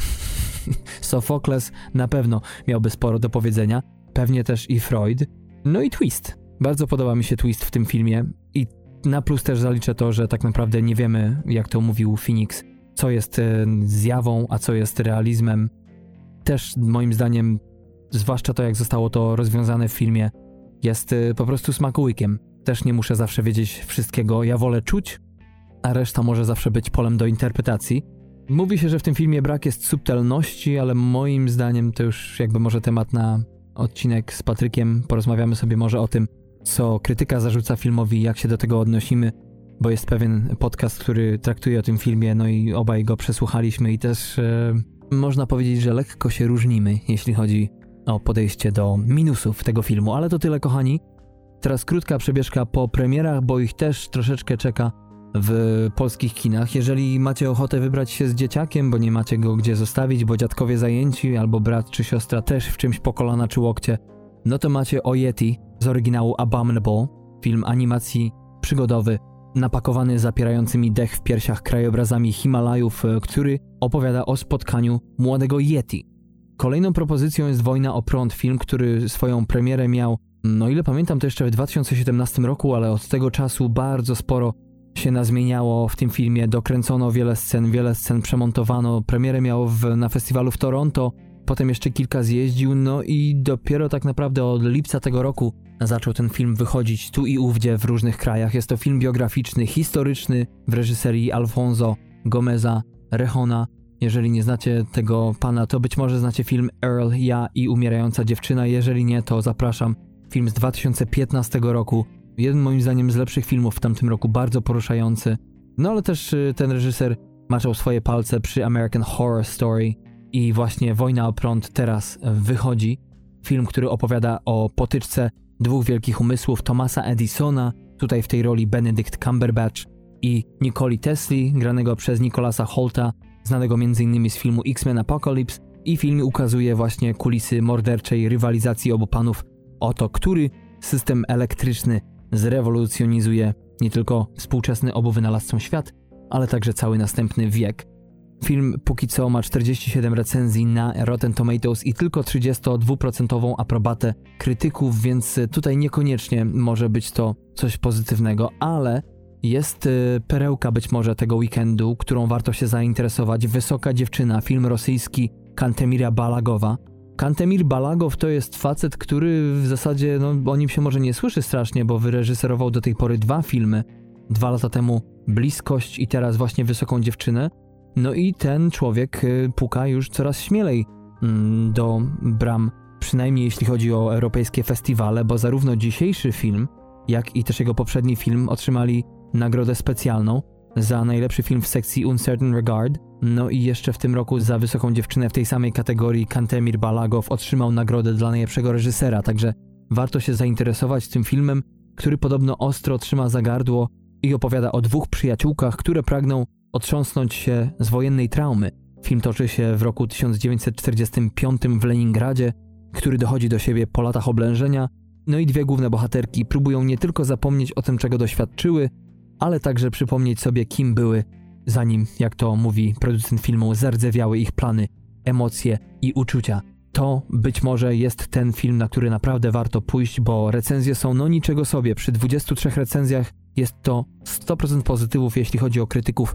Sofokles na pewno miałby sporo do powiedzenia. Pewnie też i Freud. No i twist. Bardzo podoba mi się twist w tym filmie i na plus też zaliczę to, że tak naprawdę nie wiemy, jak to mówił Phoenix, co jest zjawą, a co jest realizmem. Też moim zdaniem, zwłaszcza to, jak zostało to rozwiązane w filmie, jest po prostu smakołykiem. Też nie muszę zawsze wiedzieć wszystkiego, ja wolę czuć, a reszta może zawsze być polem do interpretacji. Mówi się, że w tym filmie brak jest subtelności, ale moim zdaniem to już jakby może temat na odcinek z Patrykiem. Porozmawiamy sobie może o tym, co krytyka zarzuca filmowi, jak się do tego odnosimy, bo jest pewien podcast, który traktuje o tym filmie, no i obaj go przesłuchaliśmy i też e, można powiedzieć, że lekko się różnimy, jeśli chodzi o podejście do minusów tego filmu, ale to tyle, kochani. Teraz krótka przebieżka po premierach, bo ich też troszeczkę czeka. w polskich kinach. Jeżeli macie ochotę wybrać się z dzieciakiem, bo nie macie go gdzie zostawić, bo dziadkowie zajęci, albo brat czy siostra też w czymś po kolana czy łokcie, no to macie O Yeti z oryginału Abominable, film animacji przygodowy, napakowany zapierającymi dech w piersiach krajobrazami Himalajów, który opowiada o spotkaniu młodego Yeti. Kolejną propozycją jest Wojna o prąd, film, który swoją premierę miał, no ile pamiętam, to jeszcze w dwa tysiące siedemnastym roku, ale od tego czasu bardzo sporo się nazmieniało w tym filmie, dokręcono wiele scen, wiele scen przemontowano, premierę miał w, na festiwalu w Toronto, potem jeszcze kilka zjeździł, no i dopiero tak naprawdę od lipca tego roku zaczął ten film wychodzić tu i ówdzie w różnych krajach. Jest to film biograficzny, historyczny w reżyserii Alfonso Gomeza Rejona. Jeżeli nie znacie tego pana, to być może znacie film Earl, ja i umierająca dziewczyna. Jeżeli nie, to zapraszam. Film z dwa tysiące piętnastego roku. Jeden moim zdaniem z lepszych filmów w tamtym roku, bardzo poruszający. No ale też ten reżyser maczał swoje palce przy American Horror Story i właśnie Wojna o prąd teraz wychodzi. Film, który opowiada o potyczce dwóch wielkich umysłów, Thomasa Edisona, tutaj w tej roli Benedict Cumberbatch, i Nikoli Tesli, granego przez Nicolasa Holta, znanego m.in. z filmu X-Men Apocalypse, i film ukazuje właśnie kulisy morderczej rywalizacji obu panów o to, który system elektryczny zrewolucjonizuje nie tylko współczesny obu wynalazcom świat, ale także cały następny wiek. Film póki co ma czterdzieści siedem recenzji na Rotten Tomatoes i tylko trzydzieści dwa procent aprobatę krytyków, więc tutaj niekoniecznie może być to coś pozytywnego, ale jest perełka być może tego weekendu, którą warto się zainteresować. Wysoka dziewczyna, film rosyjski Kantemira Balagowa. Kantemir Balagow to jest facet, który w zasadzie, no o nim się może nie słyszy strasznie, bo wyreżyserował do tej pory dwa filmy. Dwa lata temu Bliskość i teraz właśnie Wysoką dziewczynę. No i ten człowiek puka już coraz śmielej do bram, przynajmniej jeśli chodzi o europejskie festiwale, bo zarówno dzisiejszy film, jak i też jego poprzedni film otrzymali nagrodę specjalną za najlepszy film w sekcji Uncertain Regard. No i jeszcze w tym roku za Wysoką dziewczynę w tej samej kategorii Kantemir Balagow otrzymał nagrodę dla najlepszego reżysera, także warto się zainteresować tym filmem, który podobno ostro trzyma za gardło i opowiada o dwóch przyjaciółkach, które pragną otrząsnąć się z wojennej traumy. Film toczy się w roku tysiąc dziewięćset czterdziestym piątym w Leningradzie, który dochodzi do siebie po latach oblężenia. No i dwie główne bohaterki próbują nie tylko zapomnieć o tym, czego doświadczyły, ale także przypomnieć sobie, kim były, zanim, jak to mówi producent filmu, zardzewiały ich plany, emocje i uczucia. To być może jest ten film, na który naprawdę warto pójść, bo recenzje są no niczego sobie. Przy dwudziestu trzech recenzjach jest to sto procent pozytywów, jeśli chodzi o krytyków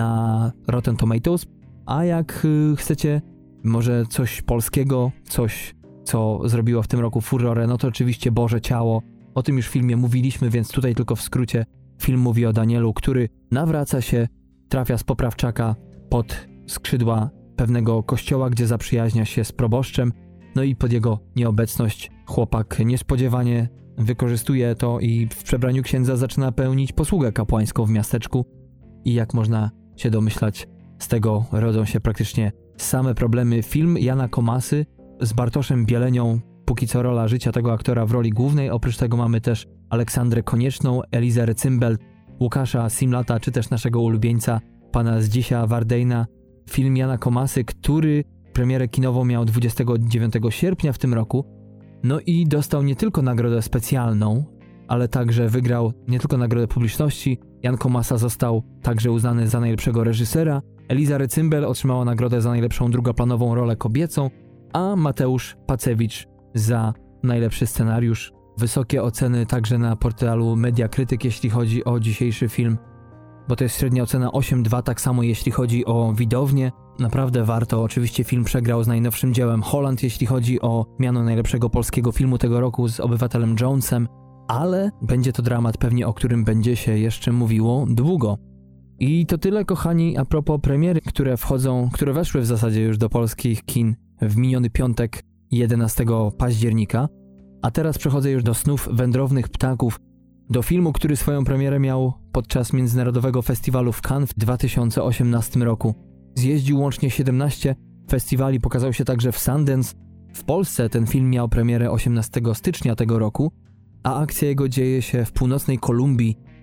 na Rotten Tomatoes, a jak y, chcecie może coś polskiego, coś, co zrobiło w tym roku furorę, no to oczywiście Boże Ciało. O tym już w filmie mówiliśmy, więc tutaj tylko w skrócie. Film mówi o Danielu, który nawraca się, trafia z poprawczaka pod skrzydła pewnego kościoła, gdzie zaprzyjaźnia się z proboszczem, no i pod jego nieobecność chłopak niespodziewanie wykorzystuje to i w przebraniu księdza zaczyna pełnić posługę kapłańską w miasteczku. I jak można się domyślać, z tego rodzą się praktycznie same problemy. Film Jana Komasy z Bartoszem Bielenią, póki co rola życia tego aktora w roli głównej. Oprócz tego mamy też Aleksandrę Konieczną, Elizę Rycymbel, Łukasza Simlata, czy też naszego ulubieńca, pana Zdzisia Wardejna. Film Jana Komasy, który premierę kinową miał dwudziestego dziewiątego sierpnia w tym roku. No i dostał nie tylko nagrodę specjalną, ale także wygrał nie tylko nagrodę publiczności. Jan Komasa został także uznany za najlepszego reżysera. Eliza Rycymbel otrzymała nagrodę za najlepszą drugoplanową rolę kobiecą, a Mateusz Pacewicz za najlepszy scenariusz. Wysokie oceny także na portalu Mediakrytyk, jeśli chodzi o dzisiejszy film, bo to jest średnia ocena osiem dwa, tak samo jeśli chodzi o widownię. Naprawdę warto. Oczywiście film przegrał z najnowszym dziełem Holland, jeśli chodzi o miano najlepszego polskiego filmu tego roku z Obywatelem Jonesem, ale będzie to dramat pewnie, o którym będzie się jeszcze mówiło długo. I to tyle, kochani, a propos premiery, które wchodzą, które weszły w zasadzie już do polskich kin w miniony piątek jedenastego października. A teraz przechodzę już do Snów wędrownych ptaków, do filmu, który swoją premierę miał podczas Międzynarodowego Festiwalu w Cannes w dwa tysiące osiemnastym roku. Zjeździł łącznie siedemnaście festiwali, pokazał się także w Sundance. W Polsce ten film miał premierę osiemnastego stycznia tego roku, a akcja jego dzieje się w północnej Kolumbii,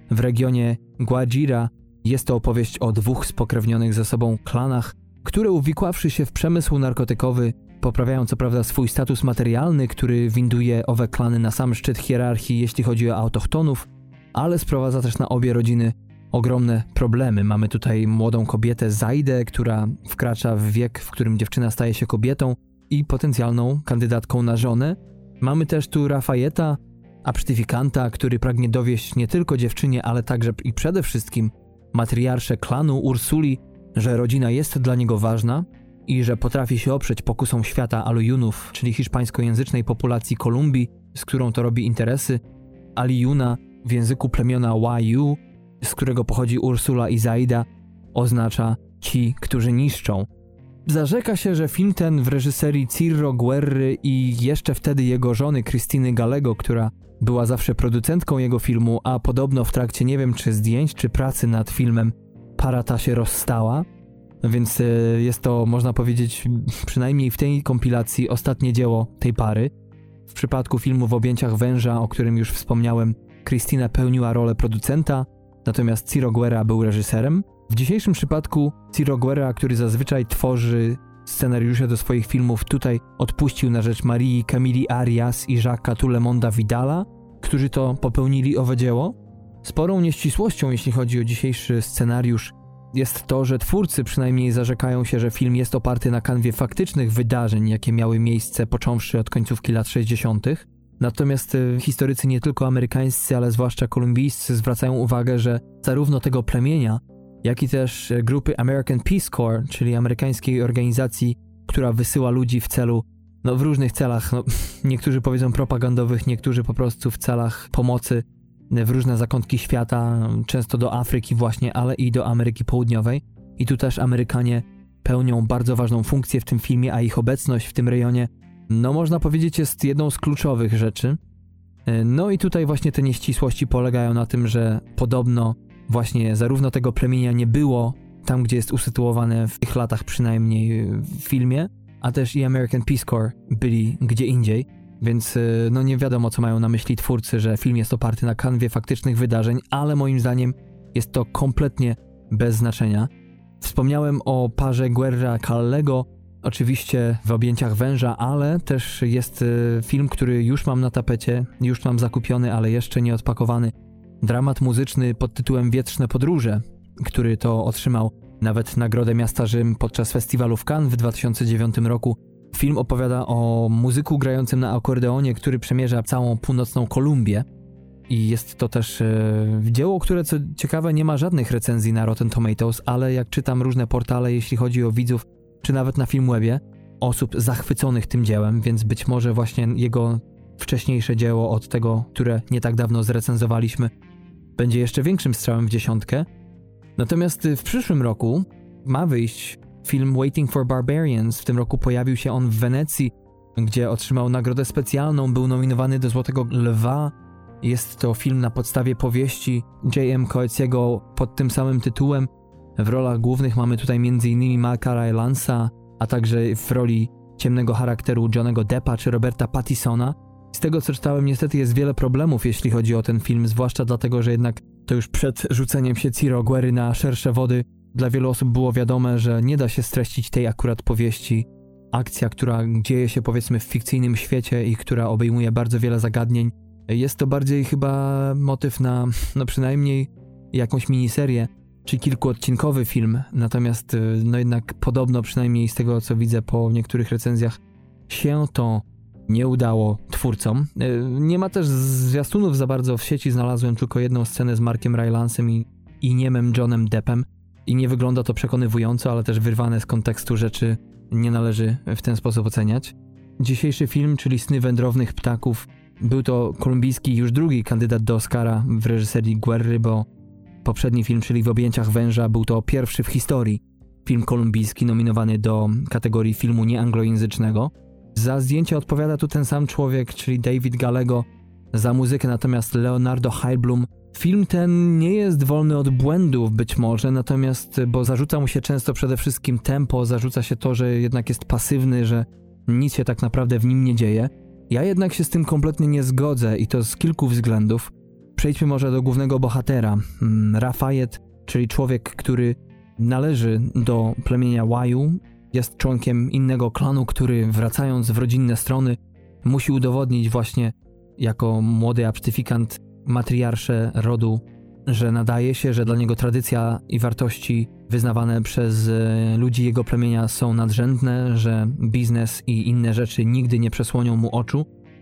w regionie Guajira. Jest to opowieść o dwóch spokrewnionych ze sobą klanach, które uwikławszy się w przemysł narkotykowy, poprawiają co prawda swój status materialny, który winduje owe klany na sam szczyt hierarchii, jeśli chodzi o autochtonów, ale sprowadza też na obie rodziny ogromne problemy. Mamy tutaj młodą kobietę Zaidę, która wkracza w wiek, w którym dziewczyna staje się kobietą i potencjalną kandydatką na żonę. Mamy też tu Rafayeta, absztyfikanta, który pragnie dowieść nie tylko dziewczynie, ale także i przede wszystkim matriarsze klanu Ursuli, że rodzina jest dla niego ważna i że potrafi się oprzeć pokusom świata Aluyunów, czyli hiszpańskojęzycznej populacji Kolumbii, z którą to robi interesy. Aliyuna w języku plemiona Wayuu, z którego pochodzi Ursula i Zaida, oznacza ci, którzy niszczą. Zarzeka się, że film ten w reżyserii Ciro Guerry i jeszcze wtedy jego żony Krystyny Gallego, która była zawsze producentką jego filmu, a podobno w trakcie nie wiem czy zdjęć, czy pracy nad filmem para ta się rozstała, więc jest to, można powiedzieć, przynajmniej w tej kompilacji ostatnie dzieło tej pary. W przypadku filmu W objęciach węża, o którym już wspomniałem, Krystyna pełniła rolę producenta, natomiast Ciro Guerra był reżyserem. W dzisiejszym przypadku Ciro Guerra, który zazwyczaj tworzy scenariusze do swoich filmów, tutaj odpuścił na rzecz Marii Camili Arias i Jacques'a Tulemonda Vidala, którzy to popełnili owe dzieło. Sporą nieścisłością, jeśli chodzi o dzisiejszy scenariusz, jest to, że twórcy przynajmniej zarzekają się, że film jest oparty na kanwie faktycznych wydarzeń, jakie miały miejsce począwszy od końcówki lat sześćdziesiątych. Natomiast historycy nie tylko amerykańscy, ale zwłaszcza kolumbijscy zwracają uwagę, że zarówno tego plemienia, jak i też grupy American Peace Corps, czyli amerykańskiej organizacji, która wysyła ludzi w celu, no w różnych celach, no, niektórzy powiedzą propagandowych, niektórzy po prostu w celach pomocy w różne zakątki świata, często do Afryki właśnie, ale i do Ameryki Południowej. I tu też Amerykanie pełnią bardzo ważną funkcję w tym filmie, a ich obecność w tym rejonie, no można powiedzieć, jest jedną z kluczowych rzeczy. No i tutaj właśnie te nieścisłości polegają na tym, że podobno właśnie zarówno tego plemienia nie było tam, gdzie jest usytuowane w tych latach przynajmniej w filmie, a też i American Peace Corps byli gdzie indziej, więc no nie wiadomo, co mają na myśli twórcy, że film jest oparty na kanwie faktycznych wydarzeń, ale moim zdaniem jest to kompletnie bez znaczenia. Wspomniałem o parze Guerra-Gallego, oczywiście W objęciach węża, ale też jest film, który już mam na tapecie, już mam zakupiony, ale jeszcze nie odpakowany. Dramat muzyczny pod tytułem Wietrzne podróże, który to otrzymał nawet Nagrodę Miasta Rzym podczas festiwalu w Cannes w dwa tysiące dziewiątym roku. Film opowiada o muzyku grającym na akordeonie, który przemierza całą północną Kolumbię. I jest to też e, dzieło, które co ciekawe nie ma żadnych recenzji na Rotten Tomatoes, ale jak czytam różne portale, jeśli chodzi o widzów, czy nawet na Filmwebie, osób zachwyconych tym dziełem, więc być może właśnie jego wcześniejsze dzieło od tego, które nie tak dawno zrecenzowaliśmy, będzie jeszcze większym strzałem w dziesiątkę. Natomiast w przyszłym roku ma wyjść film Waiting for Barbarians. W tym roku pojawił się on w Wenecji, gdzie otrzymał nagrodę specjalną, był nominowany do Złotego Lwa. Jest to film na podstawie powieści J M Coetziego pod tym samym tytułem. W rolach głównych mamy tutaj m.in. Marka Rylansa, a także w roli ciemnego charakteru Johnnego Deppa czy Roberta Pattisona. Z tego co czytałem, niestety jest wiele problemów, jeśli chodzi o ten film, zwłaszcza dlatego, że jednak to już przed rzuceniem się Ciro Guerry na szersze wody dla wielu osób było wiadome, że nie da się streścić tej akurat powieści. Akcja, która dzieje się powiedzmy w fikcyjnym świecie i która obejmuje bardzo wiele zagadnień. Jest to bardziej chyba motyw na, no przynajmniej jakąś miniserię, czy kilkuodcinkowy film, natomiast no jednak podobno, przynajmniej z tego co widzę po niektórych recenzjach, się to nie udało twórcom. Nie ma też zwiastunów za bardzo w sieci, znalazłem tylko jedną scenę z Markiem Rylansem i, i niemym Johnem Deppem i nie wygląda to przekonywująco, ale też wyrwane z kontekstu rzeczy nie należy w ten sposób oceniać. Dzisiejszy film, czyli Sny wędrownych ptaków, był to kolumbijski już drugi kandydat do Oscara w reżyserii Guerry, bo poprzedni film, czyli W objęciach węża, był to pierwszy w historii film kolumbijski nominowany do kategorii filmu nieanglojęzycznego. Za zdjęcie odpowiada tu ten sam człowiek, czyli David Gallego, za muzykę natomiast Leonardo Heilblum. Film ten nie jest wolny od błędów być może, natomiast, bo zarzuca mu się często przede wszystkim tempo, zarzuca się to, że jednak jest pasywny, że nic się tak naprawdę w nim nie dzieje. Ja jednak się z tym kompletnie nie zgodzę i to z kilku względów. Przejdźmy może do głównego bohatera. Rafayette, czyli człowiek, który należy do plemienia Wayuu, jest członkiem innego klanu, który wracając w rodzinne strony musi udowodnić właśnie jako młody absztyfikant matriarsze rodu, że nadaje się, że dla niego tradycja i wartości wyznawane przez ludzi jego plemienia są nadrzędne, że biznes i inne rzeczy nigdy nie przesłonią mu oczu.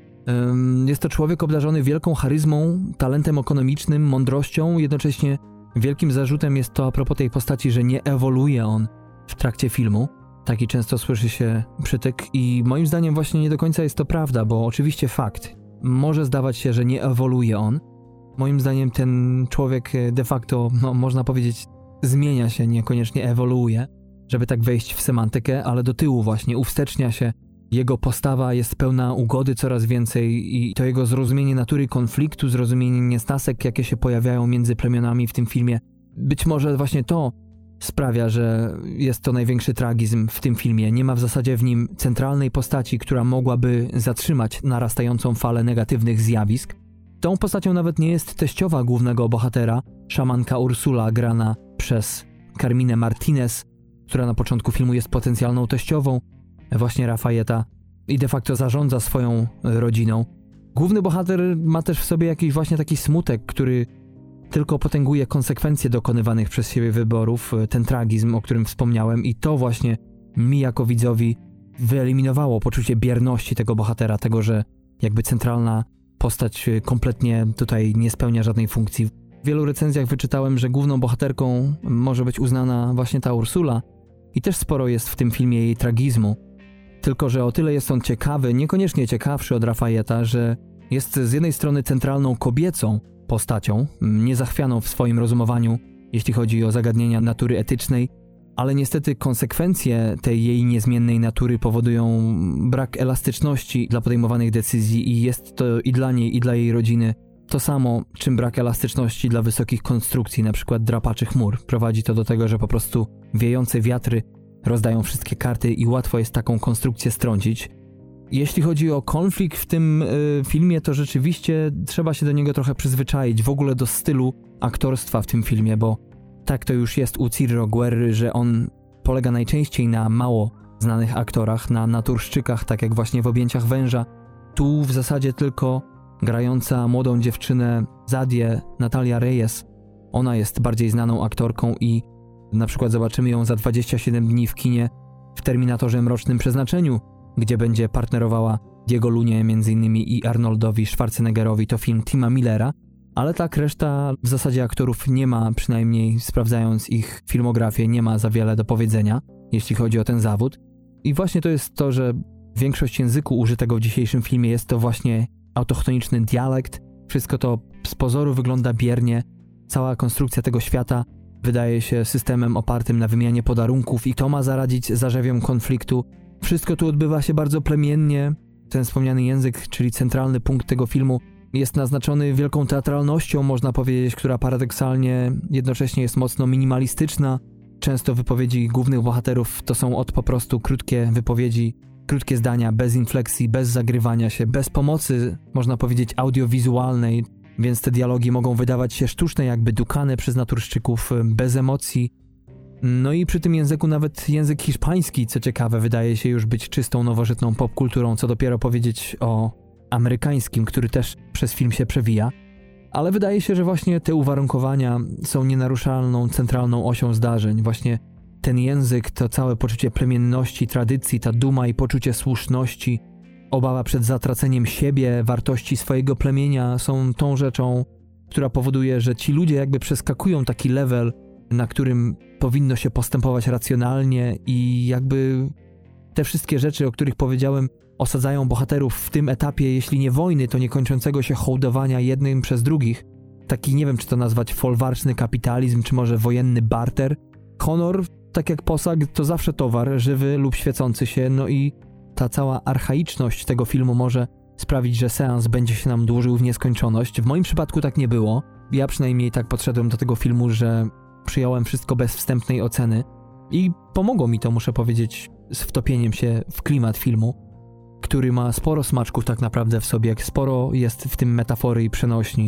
Jest to człowiek obdarzony wielką charyzmą, talentem ekonomicznym, mądrością, jednocześnie wielkim zarzutem jest to a propos tej postaci, że nie ewoluuje on w trakcie filmu. Taki często słyszy się przytyk i moim zdaniem właśnie nie do końca jest to prawda, bo oczywiście fakt. Może zdawać się, że nie ewoluuje on. Moim zdaniem ten człowiek de facto, no, można powiedzieć, zmienia się, niekoniecznie ewoluuje, żeby tak wejść w semantykę, ale do tyłu właśnie, uwstecznia się. Jego postawa jest pełna ugody coraz więcej i to jego zrozumienie natury konfliktu, zrozumienie niesnasek, jakie się pojawiają między plemionami w tym filmie. Być może właśnie to sprawia, że jest to największy tragizm w tym filmie. Nie ma w zasadzie w nim centralnej postaci, która mogłaby zatrzymać narastającą falę negatywnych zjawisk. Tą postacią nawet nie jest teściowa głównego bohatera, szamanka Ursula, grana przez Carminę Martinez, która na początku filmu jest potencjalną teściową właśnie Rafayetta i de facto zarządza swoją rodziną. Główny bohater ma też w sobie jakiś właśnie taki smutek, który tylko potęguje konsekwencje dokonywanych przez siebie wyborów, ten tragizm, o którym wspomniałem, i to właśnie mi jako widzowi wyeliminowało poczucie bierności tego bohatera, tego, że jakby centralna postać kompletnie tutaj nie spełnia żadnej funkcji. W wielu recenzjach wyczytałem, że główną bohaterką może być uznana właśnie ta Ursula i też sporo jest w tym filmie jej tragizmu. Tylko że o tyle jest on ciekawy, niekoniecznie ciekawszy od Rafayetta, że jest z jednej strony centralną kobiecą postacią, niezachwianą w swoim rozumowaniu, jeśli chodzi o zagadnienia natury etycznej, ale niestety konsekwencje tej jej niezmiennej natury powodują brak elastyczności dla podejmowanych decyzji i jest to i dla niej, i dla jej rodziny to samo, czym brak elastyczności dla wysokich konstrukcji, na przykład drapaczy chmur. Prowadzi to do tego, że po prostu wiejące wiatry rozdają wszystkie karty i łatwo jest taką konstrukcję strącić. Jeśli chodzi o konflikt w tym y, filmie, to rzeczywiście trzeba się do niego trochę przyzwyczaić, w ogóle do stylu aktorstwa w tym filmie, bo tak to już jest u Ciro Guerry, że on polega najczęściej na mało znanych aktorach, na naturszczykach, tak jak właśnie w Objęciach węża. Tu w zasadzie tylko grająca młodą dziewczynę Zadię, Natalia Reyes, ona jest bardziej znaną aktorką i na przykład zobaczymy ją za dwadzieścia siedem dni w kinie w Terminatorze Mrocznym Przeznaczeniu, gdzie będzie partnerowała Diego Lunie między innymi i Arnoldowi Schwarzeneggerowi. To film Tima Millera, ale tak reszta w zasadzie aktorów nie ma, przynajmniej sprawdzając ich filmografię, nie ma za wiele do powiedzenia, jeśli chodzi o ten zawód. I właśnie to jest to, że większość języku użytego w dzisiejszym filmie jest to właśnie autochtoniczny dialekt. Wszystko to z pozoru wygląda biernie. Cała konstrukcja tego świata wydaje się systemem opartym na wymianie podarunków i to ma zaradzić zarzewiom konfliktu. Wszystko tu odbywa się bardzo plemiennie. Ten wspomniany język, czyli centralny punkt tego filmu, jest naznaczony wielką teatralnością, można powiedzieć, która paradoksalnie jednocześnie jest mocno minimalistyczna. Często wypowiedzi głównych bohaterów to są od po prostu krótkie wypowiedzi, krótkie zdania, bez infleksji, bez zagrywania się, bez pomocy, można powiedzieć, audiowizualnej, więc te dialogi mogą wydawać się sztuczne, jakby dukane przez naturszczyków, bez emocji. No i przy tym języku nawet język hiszpański, co ciekawe, wydaje się już być czystą, nowożytną popkulturą, co dopiero powiedzieć o amerykańskim, który też przez film się przewija. Ale wydaje się, że właśnie te uwarunkowania są nienaruszalną, centralną osią zdarzeń. Właśnie ten język, to całe poczucie plemienności, tradycji, ta duma i poczucie słuszności, obawa przed zatraceniem siebie, wartości swojego plemienia są tą rzeczą, która powoduje, że ci ludzie jakby przeskakują taki level, na którym powinno się postępować racjonalnie i jakby te wszystkie rzeczy, o których powiedziałem, osadzają bohaterów w tym etapie, jeśli nie wojny, to niekończącego się hołdowania jednym przez drugich. Taki, nie wiem, czy to nazwać folwarczny kapitalizm, czy może wojenny barter. Honor, tak jak posag, to zawsze towar, żywy lub świecący się, no i ta cała archaiczność tego filmu może sprawić, że seans będzie się nam dłużył w nieskończoność. W moim przypadku tak nie było. Ja przynajmniej tak podszedłem do tego filmu, że przyjąłem wszystko bez wstępnej oceny i pomogło mi to, muszę powiedzieć, z wtopieniem się w klimat filmu, który ma sporo smaczków tak naprawdę w sobie, sporo jest w tym metafory i przenośni.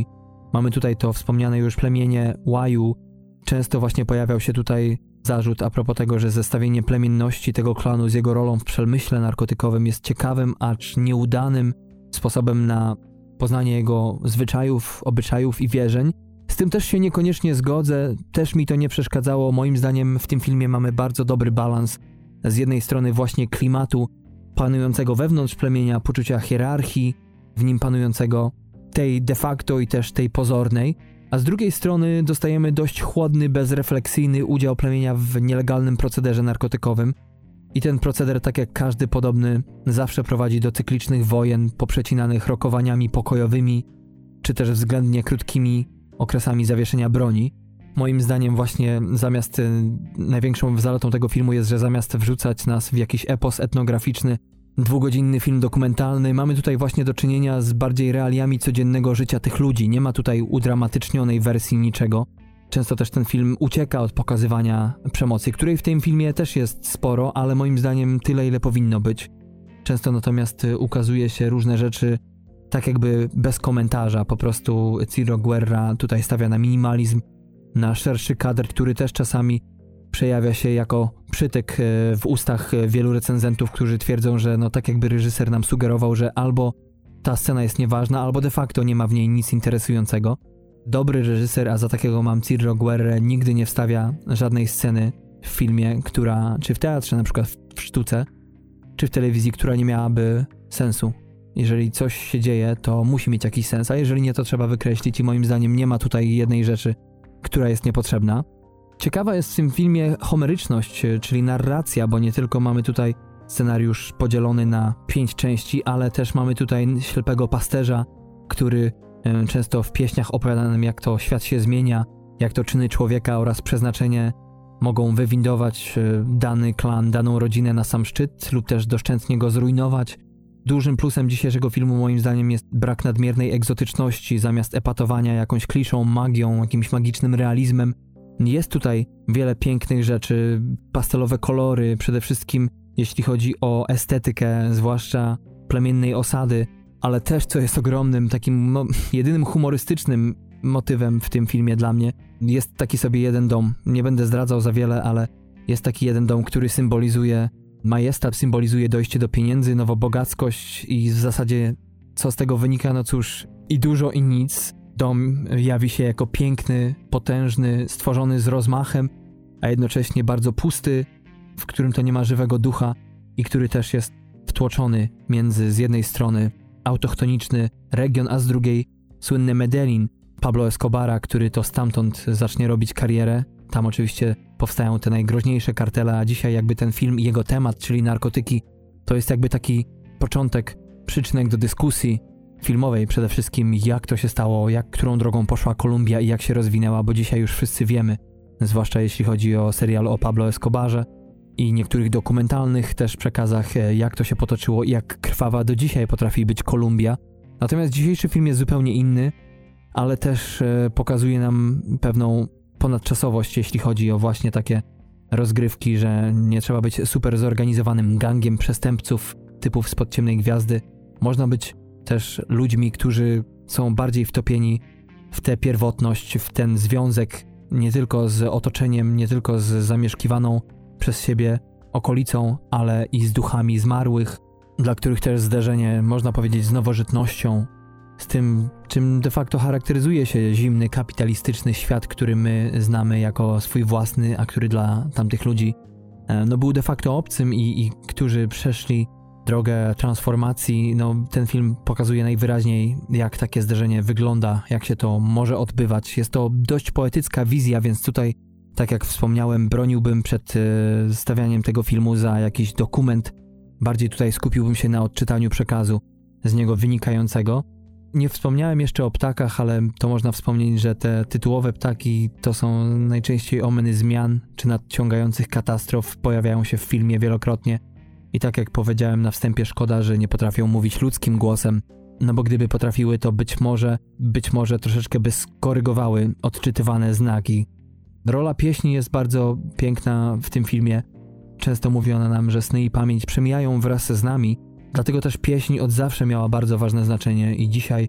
Mamy tutaj to wspomniane już plemienie Łaju. Często właśnie pojawiał się tutaj zarzut a propos tego, że zestawienie plemienności tego klanu z jego rolą w przemyśle narkotykowym jest ciekawym, acz nieudanym sposobem na poznanie jego zwyczajów, obyczajów i wierzeń. Z tym też się niekoniecznie zgodzę, też mi to nie przeszkadzało. Moim zdaniem w tym filmie mamy bardzo dobry balans. Z jednej strony właśnie klimatu panującego wewnątrz plemienia, poczucia hierarchii, w nim panującego, tej de facto i też tej pozornej, a z drugiej strony dostajemy dość chłodny, bezrefleksyjny udział plemienia w nielegalnym procederze narkotykowym. I ten proceder, tak jak każdy podobny, zawsze prowadzi do cyklicznych wojen poprzecinanych rokowaniami pokojowymi, czy też względnie krótkimi okresami zawieszenia broni. Moim zdaniem właśnie zamiast, największą zaletą tego filmu jest, że zamiast wrzucać nas w jakiś epos etnograficzny, dwugodzinny film dokumentalny, mamy tutaj właśnie do czynienia z bardziej realiami codziennego życia tych ludzi. Nie ma tutaj udramatycznionej wersji niczego. Często też ten film ucieka od pokazywania przemocy, której w tym filmie też jest sporo, ale moim zdaniem tyle, ile powinno być. Często natomiast ukazuje się różne rzeczy tak jakby bez komentarza. Po prostu Ciro Guerra tutaj stawia na minimalizm, na szerszy kadr, który też czasami przejawia się jako przytyk w ustach wielu recenzentów, którzy twierdzą, że no tak jakby reżyser nam sugerował, że albo ta scena jest nieważna, albo de facto nie ma w niej nic interesującego. Dobry reżyser, a za takiego mam Ciro Guerrę, nigdy nie wstawia żadnej sceny w filmie, która, czy w teatrze, na przykład w sztuce, czy w telewizji, która nie miałaby sensu. Jeżeli coś się dzieje, to musi mieć jakiś sens, a jeżeli nie, to trzeba wykreślić i moim zdaniem nie ma tutaj jednej rzeczy, która jest niepotrzebna. Ciekawa jest w tym filmie homeryczność, czyli narracja, bo nie tylko mamy tutaj scenariusz podzielony na pięć części, ale też mamy tutaj ślepego pasterza, który często w pieśniach opowiada nam, jak to świat się zmienia, jak to czyny człowieka oraz przeznaczenie mogą wywindować dany klan, daną rodzinę na sam szczyt lub też doszczętnie go zrujnować. Dużym plusem dzisiejszego filmu moim zdaniem jest brak nadmiernej egzotyczności, zamiast epatowania jakąś kliszą, magią, jakimś magicznym realizmem. Jest tutaj wiele pięknych rzeczy, pastelowe kolory, przede wszystkim jeśli chodzi o estetykę, zwłaszcza plemiennej osady, ale też, co jest ogromnym, takim no, jedynym humorystycznym motywem w tym filmie dla mnie, jest taki sobie jeden dom. Nie będę zdradzał za wiele, ale jest taki jeden dom, który symbolizuje majestat, symbolizuje dojście do pieniędzy, nowobogackość i w zasadzie co z tego wynika? No cóż, i dużo i nic. Dom jawi się jako piękny, potężny, stworzony z rozmachem, a jednocześnie bardzo pusty, w którym to nie ma żywego ducha i który też jest wtłoczony między z jednej strony autochtoniczny region, a z drugiej słynny Medellin Pablo Escobara, który to stamtąd zacznie robić karierę. Tam oczywiście powstają te najgroźniejsze kartele, a dzisiaj jakby ten film i jego temat, czyli narkotyki, to jest jakby taki początek, przyczynek do dyskusji filmowej przede wszystkim, jak to się stało, jak, którą drogą poszła Kolumbia i jak się rozwinęła, bo dzisiaj już wszyscy wiemy, zwłaszcza jeśli chodzi o serial o Pablo Escobarze i niektórych dokumentalnych też przekazach, jak to się potoczyło i jak krwawa do dzisiaj potrafi być Kolumbia. Natomiast dzisiejszy film jest zupełnie inny, ale też e, pokazuje nam pewną ponadczasowość, jeśli chodzi o właśnie takie rozgrywki, że nie trzeba być super zorganizowanym gangiem przestępców typów spod ciemnej gwiazdy. Można być też ludźmi, którzy są bardziej wtopieni w tę pierwotność, w ten związek nie tylko z otoczeniem, nie tylko z zamieszkiwaną przez siebie okolicą, ale i z duchami zmarłych, dla których też zderzenie, można powiedzieć, z nowożytnością, z tym, czym de facto charakteryzuje się zimny, kapitalistyczny świat, który my znamy jako swój własny, a który dla tamtych ludzi no, był de facto obcym i, i którzy przeszli drogę transformacji. No, ten film pokazuje najwyraźniej, jak takie zderzenie wygląda, jak się to może odbywać. Jest to dość poetycka wizja, więc tutaj, tak jak wspomniałem, broniłbym przed e, stawianiem tego filmu za jakiś dokument. Bardziej tutaj skupiłbym się na odczytaniu przekazu z niego wynikającego. Nie wspomniałem jeszcze o ptakach, ale to można wspomnieć, że te tytułowe ptaki to są najczęściej omeny zmian czy nadciągających katastrof, pojawiają się w filmie wielokrotnie. I tak jak powiedziałem na wstępie, szkoda, że nie potrafią mówić ludzkim głosem, no bo gdyby potrafiły, to być może, być może troszeczkę by skorygowały odczytywane znaki. Rola pieśni jest bardzo piękna w tym filmie. Często mówi ona nam, że sny i pamięć przemijają wraz z nami, dlatego też pieśń od zawsze miała bardzo ważne znaczenie i dzisiaj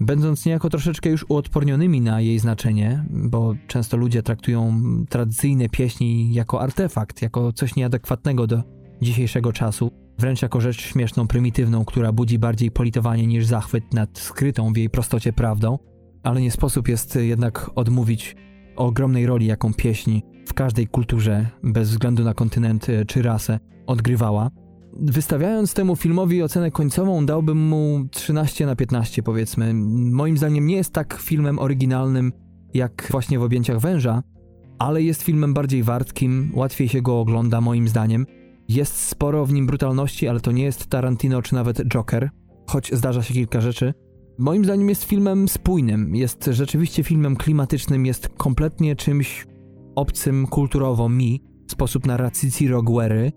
będąc niejako troszeczkę już uodpornionymi na jej znaczenie, bo często ludzie traktują tradycyjne pieśni jako artefakt, jako coś nieadekwatnego do dzisiejszego czasu, wręcz jako rzecz śmieszną, prymitywną, która budzi bardziej politowanie niż zachwyt nad skrytą w jej prostocie prawdą, ale nie sposób jest jednak odmówić o ogromnej roli, jaką pieśń w każdej kulturze, bez względu na kontynent czy rasę, odgrywała. Wystawiając temu filmowi ocenę końcową, dałbym mu trzynaście na piętnaście, powiedzmy. Moim zdaniem nie jest tak filmem oryginalnym jak właśnie W objęciach węża, ale jest filmem bardziej wartkim, łatwiej się go ogląda moim zdaniem. Jest sporo w nim brutalności, ale to nie jest Tarantino czy nawet Joker, choć zdarza się kilka rzeczy. Moim zdaniem jest filmem spójnym, jest rzeczywiście filmem klimatycznym, jest kompletnie czymś obcym kulturowo mi, sposób narracji Ciro Guerry.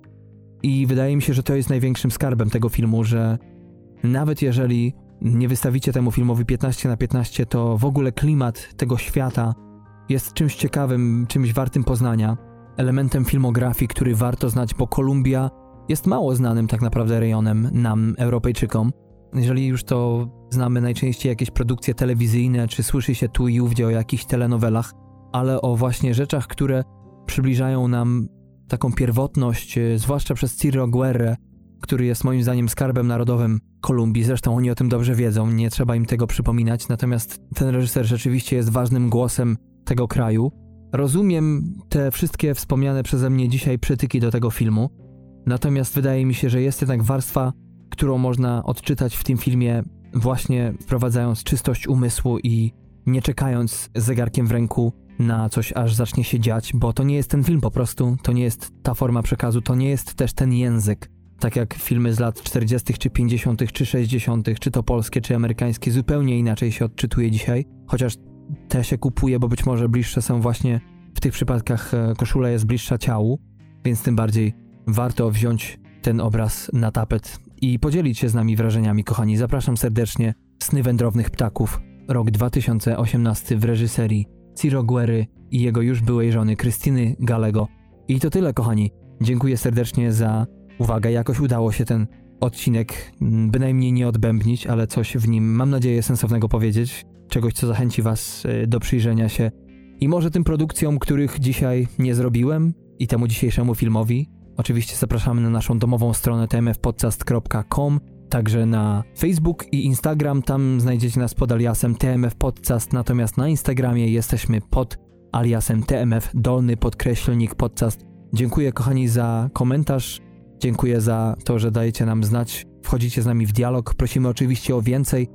I wydaje mi się, że to jest największym skarbem tego filmu, że nawet jeżeli nie wystawicie temu filmowi piętnaście na piętnaście, to w ogóle klimat tego świata jest czymś ciekawym, czymś wartym poznania, elementem filmografii, który warto znać, bo Kolumbia jest mało znanym tak naprawdę rejonem nam, Europejczykom. Jeżeli już to znamy najczęściej jakieś produkcje telewizyjne, czy słyszy się tu i ówdzie o jakichś telenowelach, ale o właśnie rzeczach, które przybliżają nam taką pierwotność, zwłaszcza przez Ciro Guerrę, który jest moim zdaniem skarbem narodowym Kolumbii. Zresztą oni o tym dobrze wiedzą, nie trzeba im tego przypominać, natomiast ten reżyser rzeczywiście jest ważnym głosem tego kraju. Rozumiem te wszystkie wspomniane przeze mnie dzisiaj przytyki do tego filmu, natomiast wydaje mi się, że jest jednak warstwa, którą można odczytać w tym filmie, właśnie wprowadzając czystość umysłu i nie czekając z zegarkiem w ręku na coś, aż zacznie się dziać, bo to nie jest ten film po prostu, to nie jest ta forma przekazu, to nie jest też ten język. Tak jak filmy z lat czterdziestych czy pięćdziesiątych czy sześćdziesiątych, czy to polskie, czy amerykańskie, zupełnie inaczej się odczytuje dzisiaj, chociaż te się kupuje, bo być może bliższe są właśnie w tych przypadkach, koszula jest bliższa ciału, więc tym bardziej warto wziąć ten obraz na tapet i podzielić się z nami wrażeniami, kochani. Zapraszam serdecznie. Sny wędrownych ptaków, rok dwa tysiące osiemnasty w reżyserii Ciro Guerry i jego już byłej żony Krystyny Gallego. I to tyle, kochani. Dziękuję serdecznie za uwagę. Jakoś udało się ten odcinek bynajmniej nie odbębnić, ale coś w nim, mam nadzieję, sensownego powiedzieć. Czegoś, co zachęci was do przyjrzenia się i może tym produkcjom, których dzisiaj nie zrobiłem i temu dzisiejszemu filmowi. Oczywiście zapraszamy na naszą domową stronę t m f podcast kropka com, także na Facebook i Instagram, tam znajdziecie nas pod aliasem T M F Podcast, natomiast na Instagramie jesteśmy pod aliasem T M F dolny podkreślnik podcast. Dziękuję, kochani, za komentarz, dziękuję za to, że dajecie nam znać, wchodzicie z nami w dialog, prosimy oczywiście o więcej.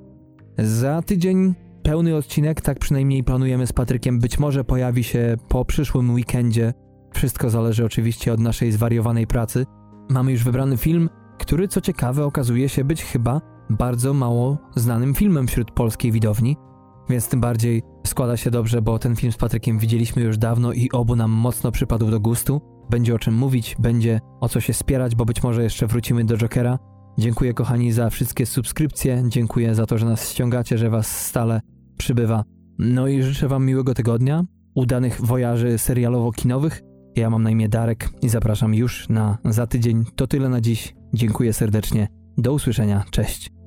Za tydzień pełny odcinek, tak przynajmniej planujemy z Patrykiem, być może pojawi się po przyszłym weekendzie. Wszystko zależy oczywiście od naszej zwariowanej pracy. Mamy już wybrany film, który co ciekawe okazuje się być chyba bardzo mało znanym filmem wśród polskiej widowni, więc tym bardziej składa się dobrze, bo ten film z Patrykiem widzieliśmy już dawno i obu nam mocno przypadł do gustu. Będzie o czym mówić, będzie o co się spierać, bo być może jeszcze wrócimy do Jokera. Dziękuję, kochani, za wszystkie subskrypcje, dziękuję za to, że nas ściągacie, że was stale przybywa. No i życzę wam miłego tygodnia, udanych wojaży serialowo-kinowych. Ja mam na imię Darek i zapraszam już na za tydzień. To tyle na dziś. Dziękuję serdecznie. Do usłyszenia. Cześć.